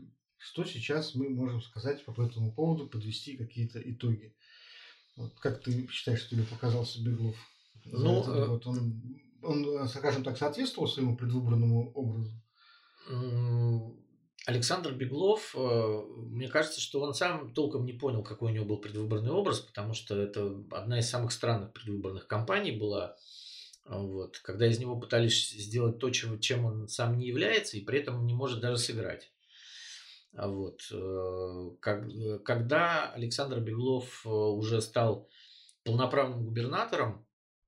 Что сейчас мы можем сказать по этому поводу, подвести какие-то итоги? Вот как ты считаешь, что тебе показался Беглов за Ну, этот э, год? Он, он, скажем так, соответствовал своему предвыборному образу? м, Александр Беглов, э, мне кажется, что он сам толком не понял, какой у него был предвыборный образ, потому что это одна из самых странных предвыборных кампаний была. А, Вот, когда из него пытались сделать то, чего- чем он сам не является, и при этом не может даже сыграть. А Вот, э, как- э, когда Александр Беглов э, уже стал полноправным губернатором,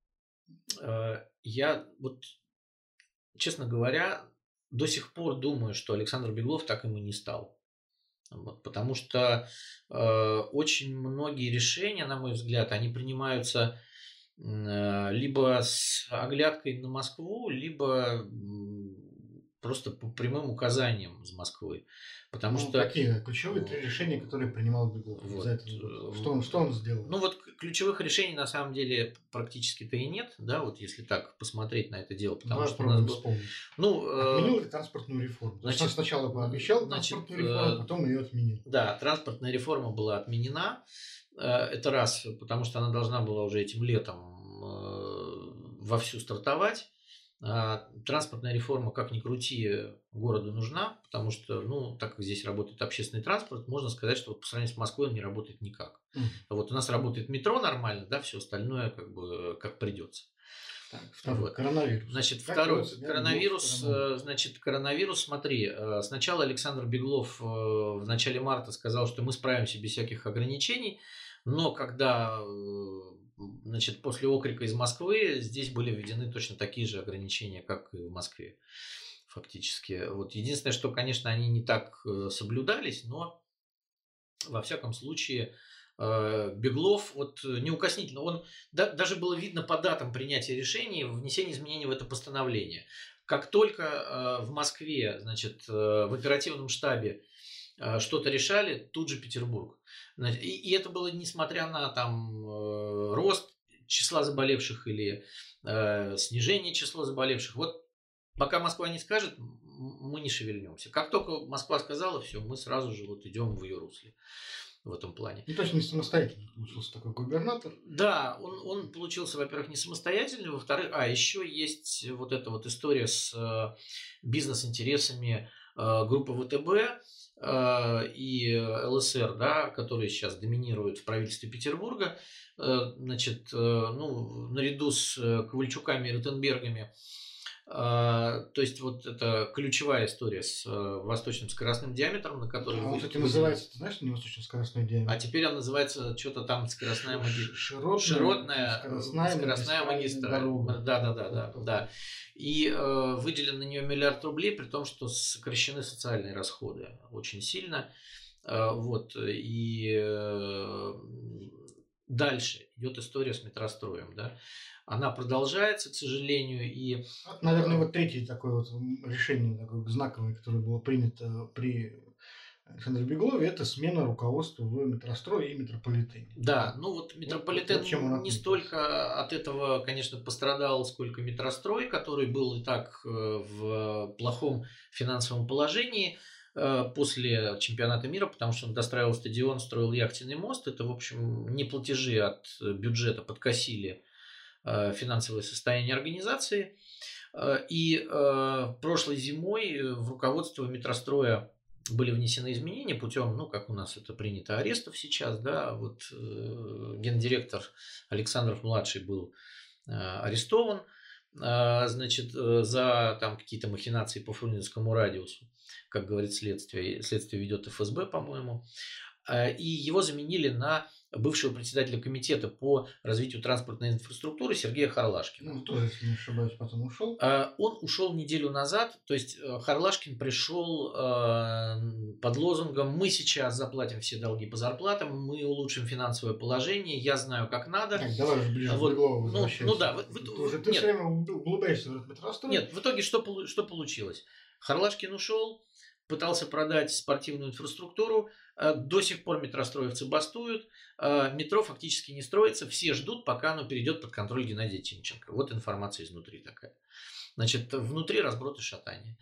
э, я вот, честно говоря, до сих пор думаю, что Александр Беглов так им и не стал. Вот, потому что э, очень многие решения, на мой взгляд, они принимаются м, э, либо с оглядкой на Москву, либо м, просто по прямым указаниям из Москвы. Потому Ну, что какие ключевые три э, решения, которые принимал Беглов вот. за этот год? Что он, что э, он сделал? Ну вот к- ключевых решений на самом деле практически-то и нет, да, вот если так посмотреть на это дело, потому Давай что у нас попробуем был, вспомнить. ну, э, Отменил ли транспортную реформу? Значит, значит, сначала н- пообещал значит, транспортную реформу, э, потом ее отменил. да, транспортная реформа была отменена. Э, Это раз, потому что она должна была уже этим летом э, вовсю стартовать. А Транспортная реформа, как ни крути, городу нужна, потому что, ну, так как здесь работает общественный транспорт, можно сказать, что вот по сравнению с Москвой он не работает никак. Мгм. Вот у нас работает метро нормально, да, все остальное как бы как придется. Так, второй. Вот. Коронавирус. Значит, Как второй вел себя коронавирус. Беглов в коронавирус? э, Значит, коронавирус, смотри, э, сначала Александр Беглов э, в начале марта сказал, что мы справимся без всяких ограничений, но когда, э, значит, после окрика из Москвы, здесь были введены точно такие же ограничения, как и в Москве, фактически. Вот единственное, что, конечно, они не так э, соблюдались, но во всяком случае, э, Беглов вот э, неукоснительно, он да- даже было видно по датам принятия решений внесение изменений в это постановление. Как только э, в Москве, значит, э, в оперативном штабе э, что-то решали, тут же Петербург. Зна- И, и это было несмотря на там э, рост числа заболевших или э, снижение числа заболевших. Вот пока Москва не скажет, м- мы не шевельнемся. Как только Москва сказала, все, мы сразу же вот идем в ее русле. в этом плане. Ну, то есть не самостоятельно получился такой губернатор. Да, он, он получился, во-первых, не самостоятельный, во-вторых, а еще есть вот эта вот история с э, бизнес-интересами э, группы ВТБ э, и ЛСР, да, которые сейчас доминируют в правительстве Петербурга. Э, значит, э, ну, наряду с э, Ковальчуками и Ротенбергами. А, то есть вот это ключевая история с э, восточным скоростным диаметром, на который А вы, он, кстати, вы- называется, ты знаешь, не восточно-скоростной диаметр. а теперь она называется что-то там скоростная Ш- магистраль. Широтная, Широтная, скоростная, скоростная магистральная магистраль. дорога. Да, да, да, да, да. И э, выделен на нее миллиард рублей, при том, что сокращены социальные расходы очень сильно. Э, вот. И э, дальше идет история с метростроем, да. Она продолжается, к сожалению, и Наверное, вот третье такое вот решение такое знаковое, которое было принято при Александре Беглове, это смена руководства в метрострое и метрополитене. да, ну вот метрополитен вот чем он не отметился. столько от этого, конечно, пострадал, сколько метрострой, который был и так э, в плохом финансовом положении э, после чемпионата мира, потому что он достраивал стадион, строил яхтенный мост. Это, в общем, не платежи от бюджета подкосили э, финансовое состояние организации. Э, И э, прошлой зимой в руководство метростроя были внесены изменения путем, ну, как у нас это принято, арестов сейчас, да, вот э, гендиректор Александров-младший был э, арестован, э, значит, э, за там какие-то махинации по Фрунзенскому радиусу, как говорит следствие, следствие ведет эф эс бэ, по-моему, э, и его заменили на бывшего председателя комитета по развитию транспортной инфраструктуры Сергея Харлашкина. Ну, тоже, если не ошибаюсь, потом ушел. Он ушел неделю назад, то есть Харлашкин пришел э, под лозунгом «Мы сейчас заплатим все долги по зарплатам, мы улучшим финансовое положение, я знаю, как надо». Так, давай уже ближе Вот, к Беглову ну, возвращайся. ну да, вы- вы- Ты вы- уже ты нет. все время углубляешься в этот метрострой. Нет, в итоге что, полу- что получилось? Харлашкин ушел, пытался продать спортивную инфраструктуру, э, до сих пор метростроевцы бастуют, э, метро фактически не строится, все ждут, пока оно перейдет под контроль Геннадия Тимченко. Вот информация изнутри такая. Значит, внутри разброд и шатание.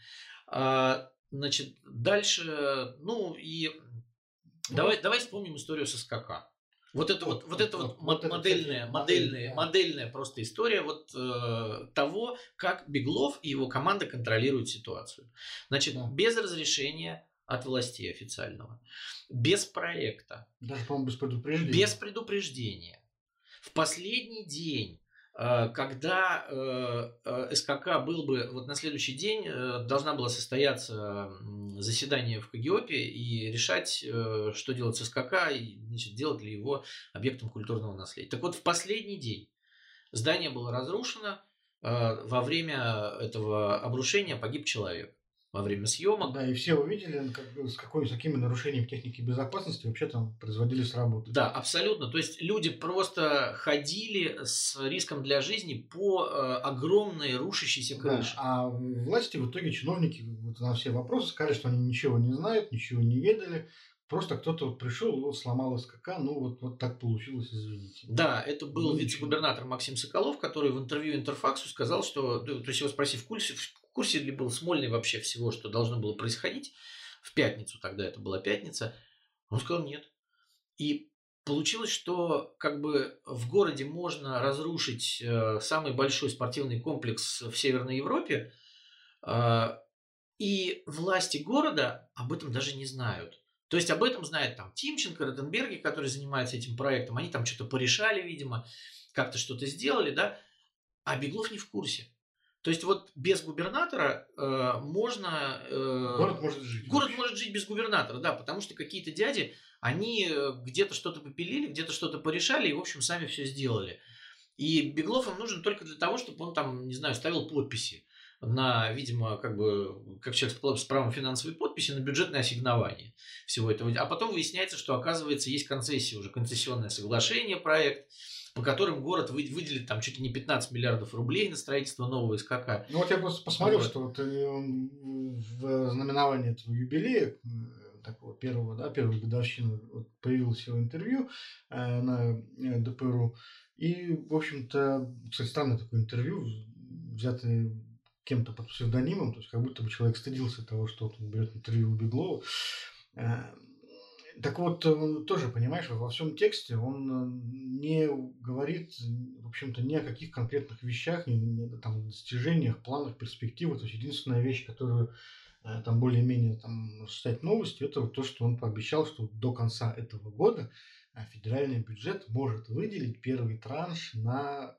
А, значит, дальше, ну и давай, давай вспомним историю со СКК. Вот это вот, вот, вот это вот, вот модельная, это, модельная, да. модельная просто история вот э, того, как Беглов и его команда контролируют ситуацию. Значит, да. без разрешения от властей официального, без проекта, даже, по-моему, без предупреждения. Без предупреждения. В последний день, когда эс ка ка был бы, вот на следующий день должна была состояться заседание в КГИОПе и решать, что делать с эс ка ка, и, значит, делать ли его объектом культурного наследия. Так вот, в последний день здание было разрушено, во время этого обрушения погиб человек. Во время съемок. Да, и все увидели, как, с, какой, с какими нарушениями техники безопасности вообще там производились работы. Да, абсолютно. То есть люди просто ходили с риском для жизни по э, огромной рушащейся крыше. Да, а власти в итоге, чиновники, вот на все вопросы сказали, что они ничего не знают, ничего не ведали. Просто кто-то вот пришел, вот сломал эс ка ка, ну вот, вот так получилось, извините. Да, это был ну, вице-губернатор Максим Соколов, который в интервью Интерфаксу сказал, что, то есть его спросив, в курсе, в курсе ли был Смольный вообще всего, что должно было происходить в пятницу, тогда это была пятница, он сказал нет. И получилось, что как бы в городе можно разрушить э, самый большой спортивный комплекс в Северной Европе, э, и власти города об этом даже не знают. То есть об этом знает там Тимченко, Ротенберги, которые занимаются этим проектом. Они там что-то порешали, видимо, как-то что-то сделали, да, а Беглов не в курсе. То есть вот без губернатора э, можно... Э, город может жить. Город может жить без губернатора, да, потому что какие-то дяди, они где-то что-то попилили, где-то что-то порешали и, в общем, сами все сделали. И Беглов им нужен только для того, чтобы он там, не знаю, ставил подписи на, видимо, как бы, как человек с правом финансовой подписи, на бюджетное ассигнование всего этого. А потом выясняется, что, оказывается, есть концессия уже, концессионное соглашение, проект, по которым город выделит там чуть ли не пятнадцать миллиардов рублей на строительство нового эс ка ка. Ну вот я просто посмотрел, вот. что вот в знаменовании этого юбилея, такого первого, да, первой годовщины, вот появилось его интервью э, на дэ пэ эр у. И, в общем-то, кстати, странное такое интервью, взятое кем-то под псевдонимом, то есть как будто бы человек стыдился того, что он берет интервью у Беглова. Так вот, э, тоже, понимаешь, во всем тексте он э, не говорит, в общем-то, ни о каких конкретных вещах, ни, ни о там, достижениях, планах, перспективах. То есть единственная вещь, которую э, там более-менее там может стать новостью, это вот то, что он пообещал, что до конца этого года э, федеральный бюджет может выделить первый транш на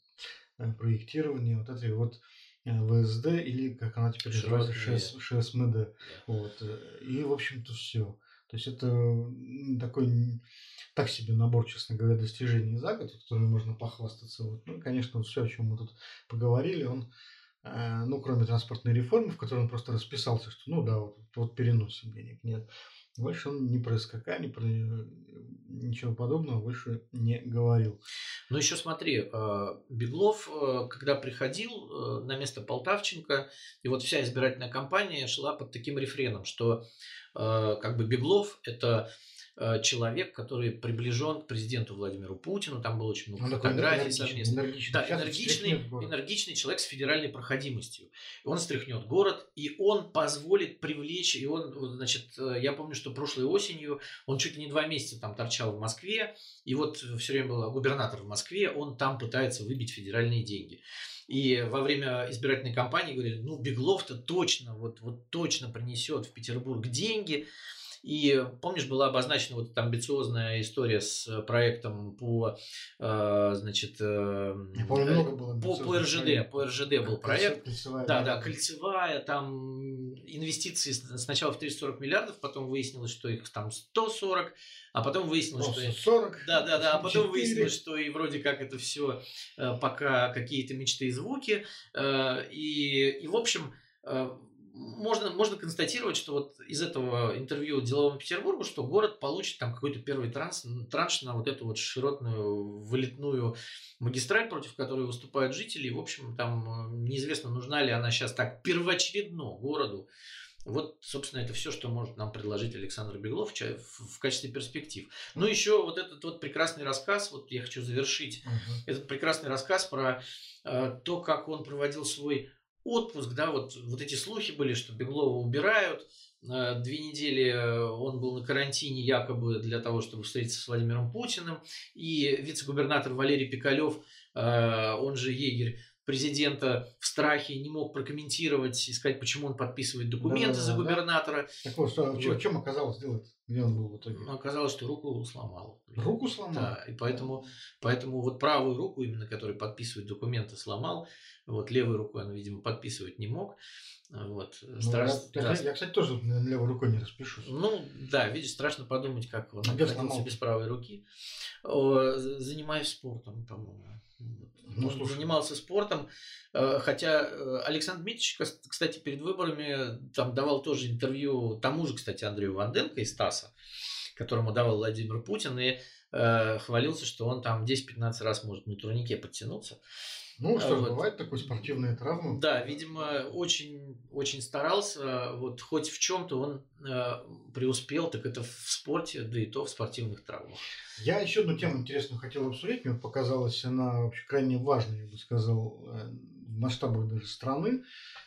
э, проектирование вот этой вот э, ВСД или, как она теперь называется, Широтные, ШС, ШСМД. да. Вот. э, И, в общем-то, все. То есть это м, такой м, так себе набор, честно говоря, достижений за год, которыми можно похвастаться. Вот. Ну, и, конечно, вот все, о чем мы тут поговорили, он, э, ну, кроме транспортной реформы, в которой он просто расписался, что, ну, да, вот, вот переносим, денег нет. Больше он ни про СКК, ни про э, ничего подобного больше не говорил. Ну, еще смотри, э, Беглов, э, когда приходил э, на место Полтавченко, и вот вся избирательная кампания шла под таким рефреном, что э, как бы Беглов – это э, человек, который приближен к президенту Владимиру Путину, там было очень много Он такой фотографий энергичный, совместных. энергичный. Да, Сейчас энергичный, встряхнет город. энергичный человек с федеральной проходимостью. И он стряхнет город, и он позволит привлечь, и он, вот, значит, э, я помню, что прошлой осенью он чуть ли не два месяца там торчал в Москве, и вот все время был губернатор в Москве, он там пытается выбить федеральные деньги. И во время избирательной кампании говорили, ну, Беглов-то точно, вот, вот точно принесет в Петербург деньги. И помнишь, была обозначена вот эта амбициозная история с проектом по, э, значит, э, Я помню, э, много было по, по амбициозных РЖД, проектов. по РЖД был Кольцо- проект. кольцевая Да, да, дорога. кольцевая, там инвестиции с- сначала в триста сорок миллиардов, потом выяснилось, что их там сто сорок, а потом выяснилось, что... Просто сорок, Да, да, да, а потом четыре. выяснилось, что и вроде как это все пока какие-то мечты и звуки. э, И, и в общем, э, можно, можно констатировать, что вот из этого интервью Деловому Петербургу, что город получит там какой-то первый транс, транш на вот эту вот широтную вылетную магистраль, против которой выступают жители. И, в общем, там э, неизвестно, нужна ли она сейчас так первоочередно городу. Вот, собственно, это все, что может нам предложить Александр Беглов в ча- в в качестве перспектив. Ну, еще вот этот вот прекрасный рассказ, вот я хочу завершить Мгм. этот прекрасный рассказ про э, то, как он проводил свой отпуск, да, вот, вот эти слухи были, что Беглова убирают, Э, две недели э, он был на карантине якобы для того, чтобы встретиться с Владимиром Путиным, и вице-губернатор Валерий Пикалев, э, он же егерь президента, в страхе не мог прокомментировать и сказать, почему он подписывает документы за Да-да-да-да. губернатора. Так вот, что, в, чем, в Вот. чем оказалось дело? Где он был в итоге? Но оказалось, что руку сломал. Руку сломал? Да, и поэтому, поэтому вот правую руку, именно которой подписывает документы, сломал. Вот левой рукой он, видимо, подписывать не мог. Вот. Ну, Страш- я, да. я, я, кстати, тоже на левой рукой не распишусь. Ну, да, видишь, страшно подумать, как он Где обходился сломал? без правой руки. О, з- Занимаясь спортом, по-моему. Вот. Ну, Он слушай. занимался спортом, э, хотя э, Александр Дмитриевич, кос- кстати, перед выборами там давал тоже интервью тому же, кстати, Андрею Ванденко из ТАССа, которому давал Владимир Путин, и э, хвалился, что он там десять-пятнадцать раз может на турнике подтянуться. Ну, что ж, Вот. бывает такой спортивные травмы. Да, видимо, очень, очень старался, вот хоть в чем-то он э, преуспел, так это в спорте, да и то в спортивных травмах. Я еще одну тему интересную хотел обсудить. Мне показалась она вообще крайне важной, я бы сказал, э, в масштабах даже страны.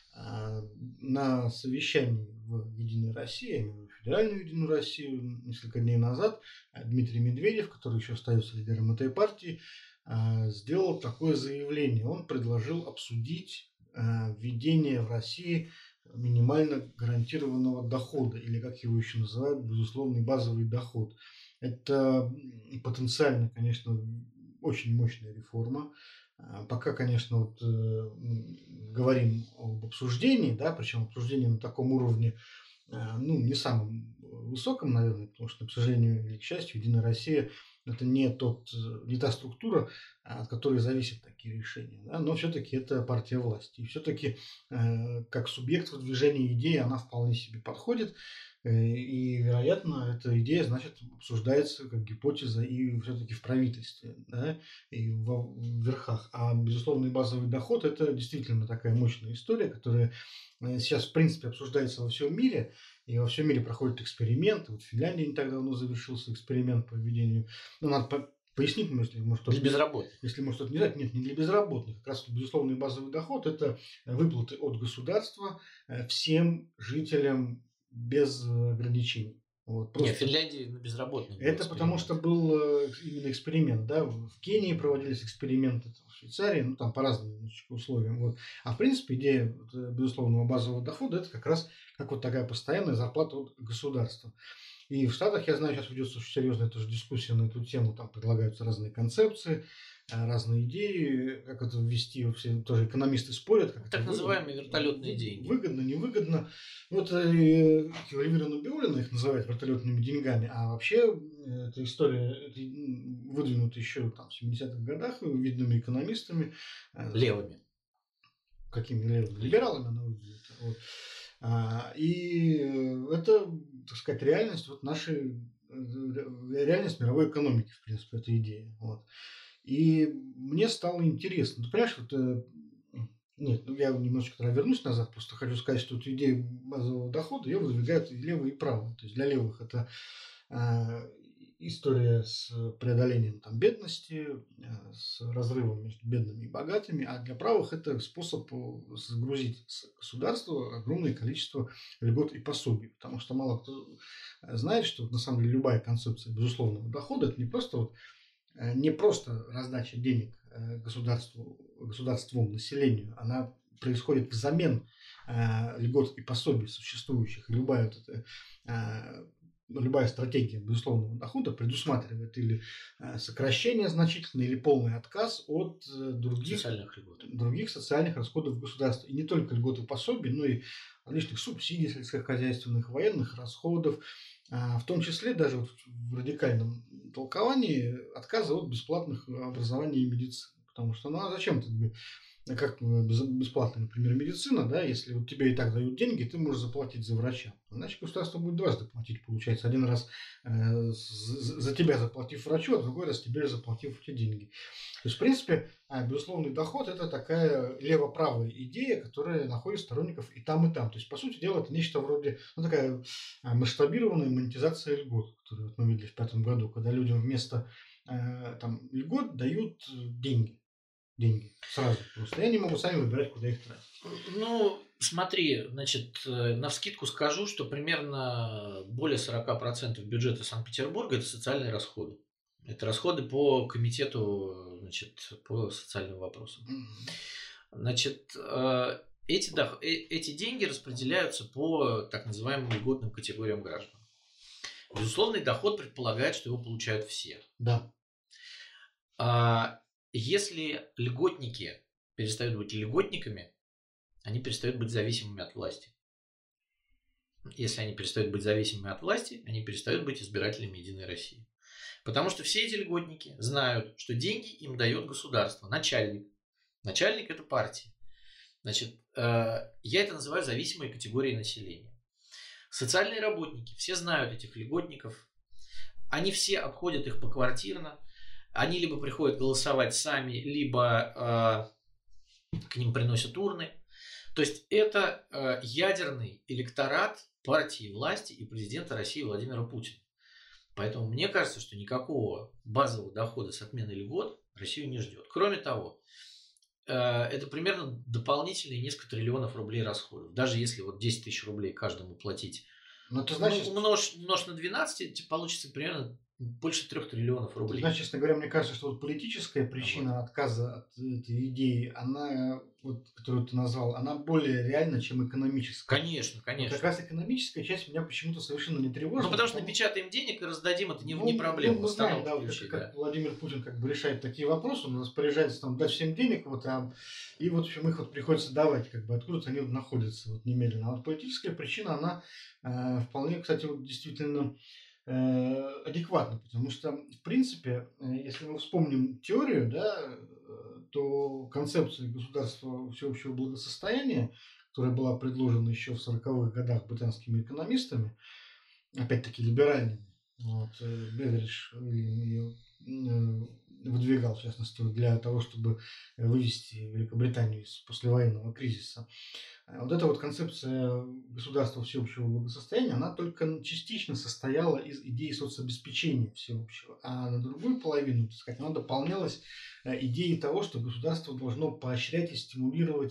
А, На совещании в Единой России, я имею в виду федеральную Единую Россию, несколько дней назад а, Дмитрий Медведев, который еще остается лидером этой партии, а, сделал такое заявление. Он предложил обсудить а, введение в России минимально гарантированного дохода, или как его еще называют, безусловный базовый доход. Это м, потенциально, конечно, очень мощная реформа. А, Пока, конечно, вот, э, мы говорим об обсуждении, да, причем обсуждение на таком уровне, а, ну, не самым высоком, наверное, потому что, к сожалению или к счастью, Единая Россия – это не, тот, э, не та структура, а, от которой зависят такие решения, да, но все-таки это партия власти. И все-таки как субъект выдвижения идеи она вполне себе подходит. Э, И, вероятно, эта идея, значит, обсуждается как гипотеза и все-таки в правительстве, да, и во в верхах. А безусловный базовый доход – это действительно такая мощная история, которая э, сейчас, в принципе, обсуждается во всем мире, и во всем мире проходят эксперименты. Вот в Финляндии не так давно завершился эксперимент по введению, ну, надо по- пояснить, ну, если, может, Для кто-то безработных. если, может, кто-то не знает, нет, не для безработных. Как раз безусловный базовый доход – это выплаты от государства э, всем жителям без э, ограничений. Вот, Нет, в Финляндии на безработных был это потому что был именно эксперимент, да, в Кении проводились эксперименты, в Швейцарии, ну там по разным условиям. Вот. А в принципе идея безусловного базового дохода это как раз как вот такая постоянная зарплата от государства. И в Штатах, я знаю, сейчас ведется очень серьезная тоже дискуссия на эту тему, там предлагаются разные концепции, разные идеи, как это ввести, все тоже экономисты спорят. Как так это называемые выгодно, вертолетные деньги. Выгодно, невыгодно. Вот Эльвира Набиуллина их называет вертолетными деньгами, а вообще эта история это выдвинута еще там, в семидесятых годах видными экономистами. Левыми. Какими левыми? Либералами она выглядит. Вот. А, и это, так сказать, реальность вот нашей, реальность мировой экономики, в принципе, эта идея. Вот. И мне стало интересно. Ты понимаешь, вот, нет, ну я немножечко вернусь назад, просто хочу сказать, что эту идею базового дохода ее выдвигают и левые, и правые. То есть для левых это а, история с преодолением там, бедности, с разрывом между бедными и богатыми, а для правых это способ загрузить с государства огромное количество льгот и пособий. Потому что мало кто знает, что на самом деле любая концепция безусловного дохода это не просто, вот, не просто раздача денег государству, государством населению, она происходит взамен льгот и пособий существующих. И любая вот эта любая стратегия безусловного дохода предусматривает или сокращение значительное, или полный отказ от других социальных, льгот. других социальных расходов государства. И не только льгот и пособий, но и различных субсидий сельскохозяйственных, военных расходов, в том числе даже вот в радикальном толковании отказа от бесплатных образований и медицины. Потому что, ну а зачем тебе, как бесплатная, например, медицина, да, если вот тебе и так дают деньги, ты можешь заплатить за врача. Значит, государство будет дважды платить, получается. Один раз э, за тебя заплатив врачу, а другой раз тебе заплатив эти деньги. То есть, в принципе, безусловный доход – это такая лево-правая идея, которая находит сторонников и там, и там. То есть, по сути дела, это нечто вроде, ну, такая масштабированная монетизация льгот, которую вот мы видели в пятом году, когда людям вместо э, там, льгот дают деньги. Деньги сразу просто. И они могут сами выбирать, куда их тратить. Ну, смотри, значит, навскидку скажу, что примерно более сорок процентов бюджета Санкт-Петербурга – это социальные расходы. Это расходы по комитету, значит, по социальным вопросам. Значит, эти, эти деньги распределяются по так называемым льготным категориям граждан. Безусловный доход предполагает, что его получают все. Да. Если льготники перестают быть льготниками, они перестают быть зависимыми от власти. Если они перестают быть зависимыми от власти, они перестают быть избирателями Единой России. Потому что все эти льготники знают, что деньги им дает государство, начальник. Начальник – это партия. Значит, я это называю зависимой категорией населения. Социальные работники, все знают этих льготников, они все обходят их поквартирно. Они либо приходят голосовать сами, либо э, к ним приносят урны. То есть это э, ядерный электорат партии власти и президента России Владимира Путина. Поэтому мне кажется, что никакого базового дохода с отменой льгот Россию не ждет. Кроме того, э, это примерно дополнительные несколько триллионов рублей расходов. Даже если вот десять тысяч рублей каждому платить, но это значит... ну, умножь, умножь на двенадцать, получится примерно больше трех триллионов рублей. Значит, честно говоря, мне кажется, что вот политическая причина вот. отказа от этой идеи, она, вот, которую ты назвал, она более реальна, чем экономическая. Конечно, конечно. Вот как раз экономическая часть меня почему-то совершенно не тревожит. Ну, потому что напечатаем денег и раздадим, это не, ну, не проблема. Ну, мы знаем, да, ключи, как, да. как Владимир Путин как бы решает такие вопросы, он распоряжается там дать всем денег, вот, а, и вот в общем, их вот приходится давать, как бы откуда-то они вот находятся вот немедленно. А вот политическая причина, она э, вполне, кстати, вот действительно адекватно, потому что, в принципе, если мы вспомним теорию, да, то концепция государства всеобщего благосостояния, которая была предложена еще в сороковых годах британскими экономистами, опять-таки либеральными, вот, Беверидж ее выдвигал, в частности, для того, чтобы вывести Великобританию из послевоенного кризиса. Вот эта вот концепция государства всеобщего благосостояния, она только частично состояла из идеи соцобеспечения всеобщего, а на другую половину, так сказать, она дополнялась идеей того, что государство должно поощрять и стимулировать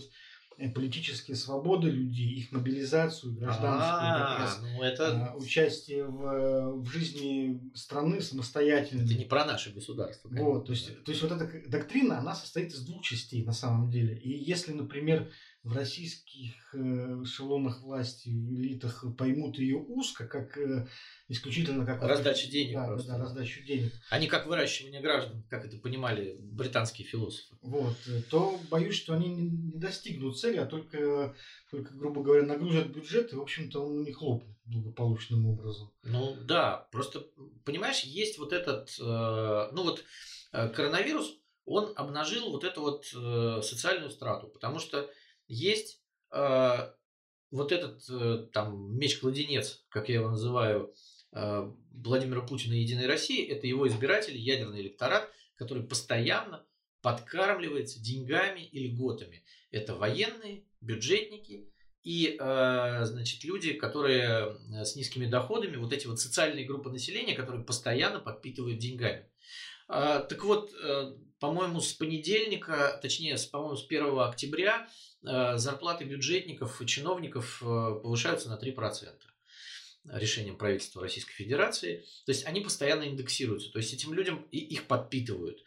э, политические свободы людей, их мобилизацию гражданскую, как А, раз ну это, а, участие в, в жизни страны это самостоятельно. не про наше государство, Вот, то конечно. есть, то есть вот эта к- доктрина, она состоит из двух частей на самом деле. И если, например, в российских э, эшелонах власти, в элитах поймут ее узко, как э, исключительно как вот, Раздача денег да, да, просто. да, раздачу денег, Они как выращивание граждан, как это понимали британские философы. вот, э, то боюсь, что они не, не достигнут цели, а только, только, грубо говоря, нагрузят бюджет, и, в общем-то, он у них лопнет благополучным образом. Ну да, просто, понимаешь, есть вот этот, э, ну вот э, коронавирус, он обнажил вот эту вот э, социальную страту, потому что есть э, вот этот э, там меч-кладенец, как я его называю, э, Владимира Путина и Единой России, это его избиратели, ядерный электорат, который постоянно подкармливается деньгами и льготами. Это военные, бюджетники и э, значит, люди, которые э, с низкими доходами, вот эти вот социальные группы населения, которые постоянно подпитывают деньгами. А, так вот, э, по-моему, с понедельника, точнее, с, по-моему, с первого октября э, зарплаты бюджетников и чиновников э, повышаются на три процента решением правительства Российской Федерации. То есть они постоянно индексируются. То есть этим людям и их подпитывают.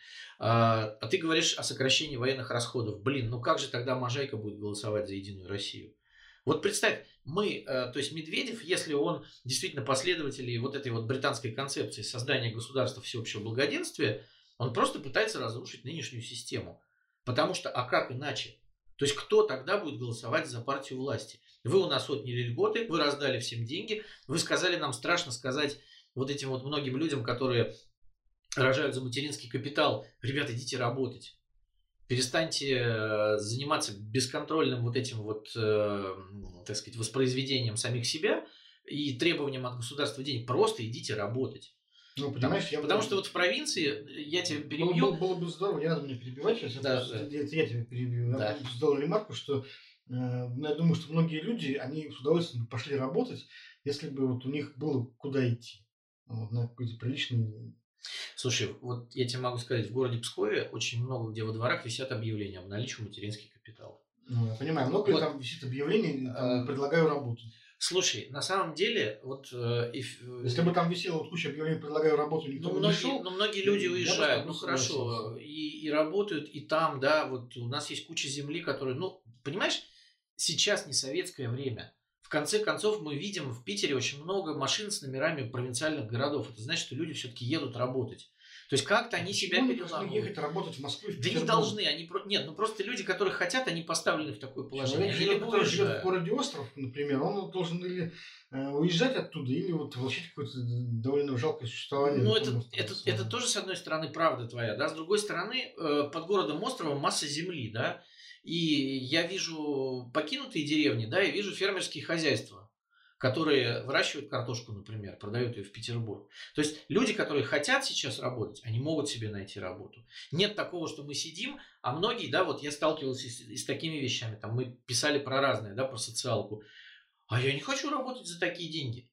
А, а ты говоришь о сокращении военных расходов. Блин, ну как же тогда Можайка будет голосовать за Единую Россию? Вот представь, мы, э, то есть Медведев, если он действительно последователь вот этой вот британской концепции создания государства всеобщего благоденствия, он просто пытается разрушить нынешнюю систему. Потому что, а как иначе? То есть кто тогда будет голосовать за партию власти? Вы у нас отняли льготы, вы раздали всем деньги, вы сказали, нам страшно сказать вот этим вот многим людям, которые рожают за материнский капитал, ребята, идите работать. Перестаньте э, заниматься бесконтрольным вот этим вот, э, так сказать, воспроизведением самих себя и требованием от государства денег. Просто идите работать. Ну, Потому, понимаешь, я потому бы- что вот в провинции, я тебя было, перебью, было- было бы здорово, не надо меня перебивать сейчас, я, Да, просто- да. это я тебя перебью. Я Да. бы сделал ремарку, что э, ну, я думаю, что многие люди, они с удовольствием бы пошли работать, если бы вот у них было куда идти. Вот, на какой-то приличный... Слушай, вот я тебе могу сказать, в городе Пскове очень много где во дворах висят объявления об наличии материнских капиталов. Ну, я понимаю, много ли Вот. там висит объявлений, там, А, предлагаю работу. Слушай, на самом деле, вот э, и ф- Если бы там висела вот куча объявлений, предлагаю работу, никто ну, бы не многие, шел. ну, многие люди я бы уезжают, с ну тобой хорошо, согласился. и, и работают, и там, да, вот у нас есть куча земли, которые, ну, понимаешь, сейчас не советское время. В конце концов, мы видим в Питере очень много машин с номерами провинциальных городов. Это значит, что люди все-таки едут работать. То есть как-то они себя Почему они должны переламывают. ехать работать в Москву и в Да не Петербург? должны, они про- нет, ну просто люди, которые хотят, они поставлены в такое положение. Человек, Они живет, либо который живет в уезжают. городе Остров, например, он должен или э, уезжать оттуда, или вот влачить какое-то довольно жалкое существование. Ну, на это, том острове это, самом. это тоже, с одной стороны, правда твоя, да, с другой стороны, э, под городом островом масса земли, да, и я вижу покинутые деревни, да, и вижу фермерские хозяйства, которые выращивают картошку, например, продают ее в Петербург. То есть люди, которые хотят сейчас работать, они могут себе найти работу. Нет такого, что мы сидим, а многие, да, вот я сталкивался и с, и с такими вещами, там мы писали про разное, да, про социалку, а я не хочу работать за такие деньги.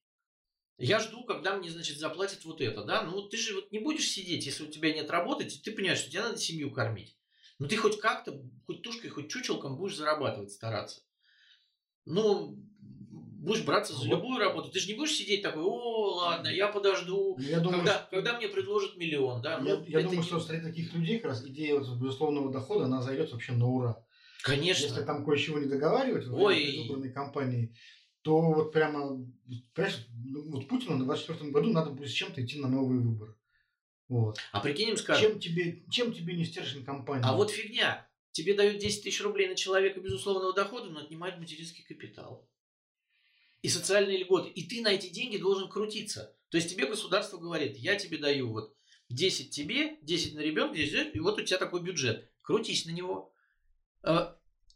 Я жду, когда мне, значит, заплатят вот это, да, ну ты же вот не будешь сидеть, если у тебя нет работы, ты понимаешь, что тебе надо семью кормить. Ну ты хоть как-то, хоть тушкой, хоть чучелком будешь зарабатывать, стараться. Ну, будешь браться за Вот. любую работу. Ты же не будешь сидеть такой, о, ладно, я подожду, Ну, я думаю, когда, что- когда мне предложат миллион, да. Я, Ну, я это думаю, не- что среди таких людей как раз идея вот безусловного дохода, она зайдет вообще на ура. Конечно. Если там кое-чего не договаривать во Ой. время предвыборной кампании, то вот прямо, понимаешь, ну, вот Путину на двадцать четвёртом году надо будет с чем-то идти на новые выборы. Вот. А прикинь, им скажут, Чем тебе, чем тебе не стержень кампании? а вот фигня, тебе дают десять тысяч рублей на человека безусловного дохода, но отнимают материнский капитал. И социальные льготы. И ты на эти деньги должен крутиться. То есть тебе государство говорит, я тебе даю вот десять тебе, десять на ребенка, десять, и вот у тебя такой бюджет. Крутись на него. А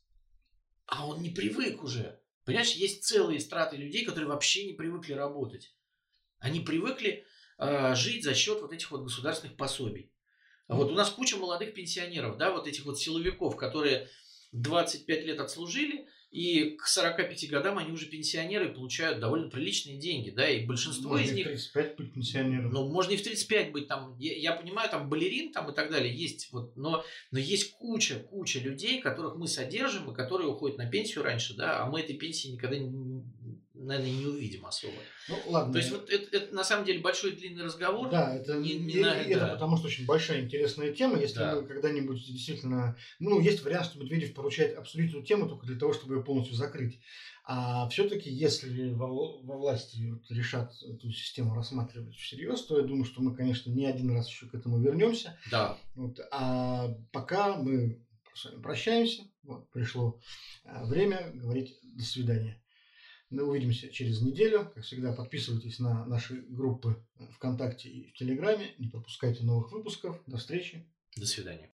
а он не привык уже. Понимаешь, есть целые страты людей, которые вообще не привыкли работать. Они привыкли э, жить за счет вот этих вот государственных пособий. А вот у нас куча молодых пенсионеров, да, вот этих вот силовиков, которые двадцать пять лет отслужили, И к сорока пяти годам они уже пенсионеры и получают довольно приличные деньги, да, и большинство Можно из и в них... тридцать пять быть пенсионером. Ну, можно и в тридцать пять быть там. Я, я понимаю, там балерин там и так далее есть, вот, но, но есть куча, куча людей, которых мы содержим и которые уходят на пенсию раньше, да, а мы этой пенсии никогда, не, наверное, не увидим особо. Ну, ладно. То есть вот это, это на самом деле большой длинный разговор. Да, это, не, не и- на- и это да. потому что очень большая интересная тема. Если Да. мы когда-нибудь действительно... Ну, есть вариант, что Медведев поручает абсолютную тему только для того, чтобы ее полностью закрыть. А все-таки, если во, во власти вот решат эту систему рассматривать всерьез, то я думаю, что мы, конечно, не один раз еще к этому вернемся. Да. Вот. А пока мы с вами прощаемся. Вот, пришло а, время говорить до свидания. Мы увидимся через неделю. Как всегда, подписывайтесь на наши группы ВКонтакте и в Телеграме. Не пропускайте новых выпусков. До встречи. До свидания.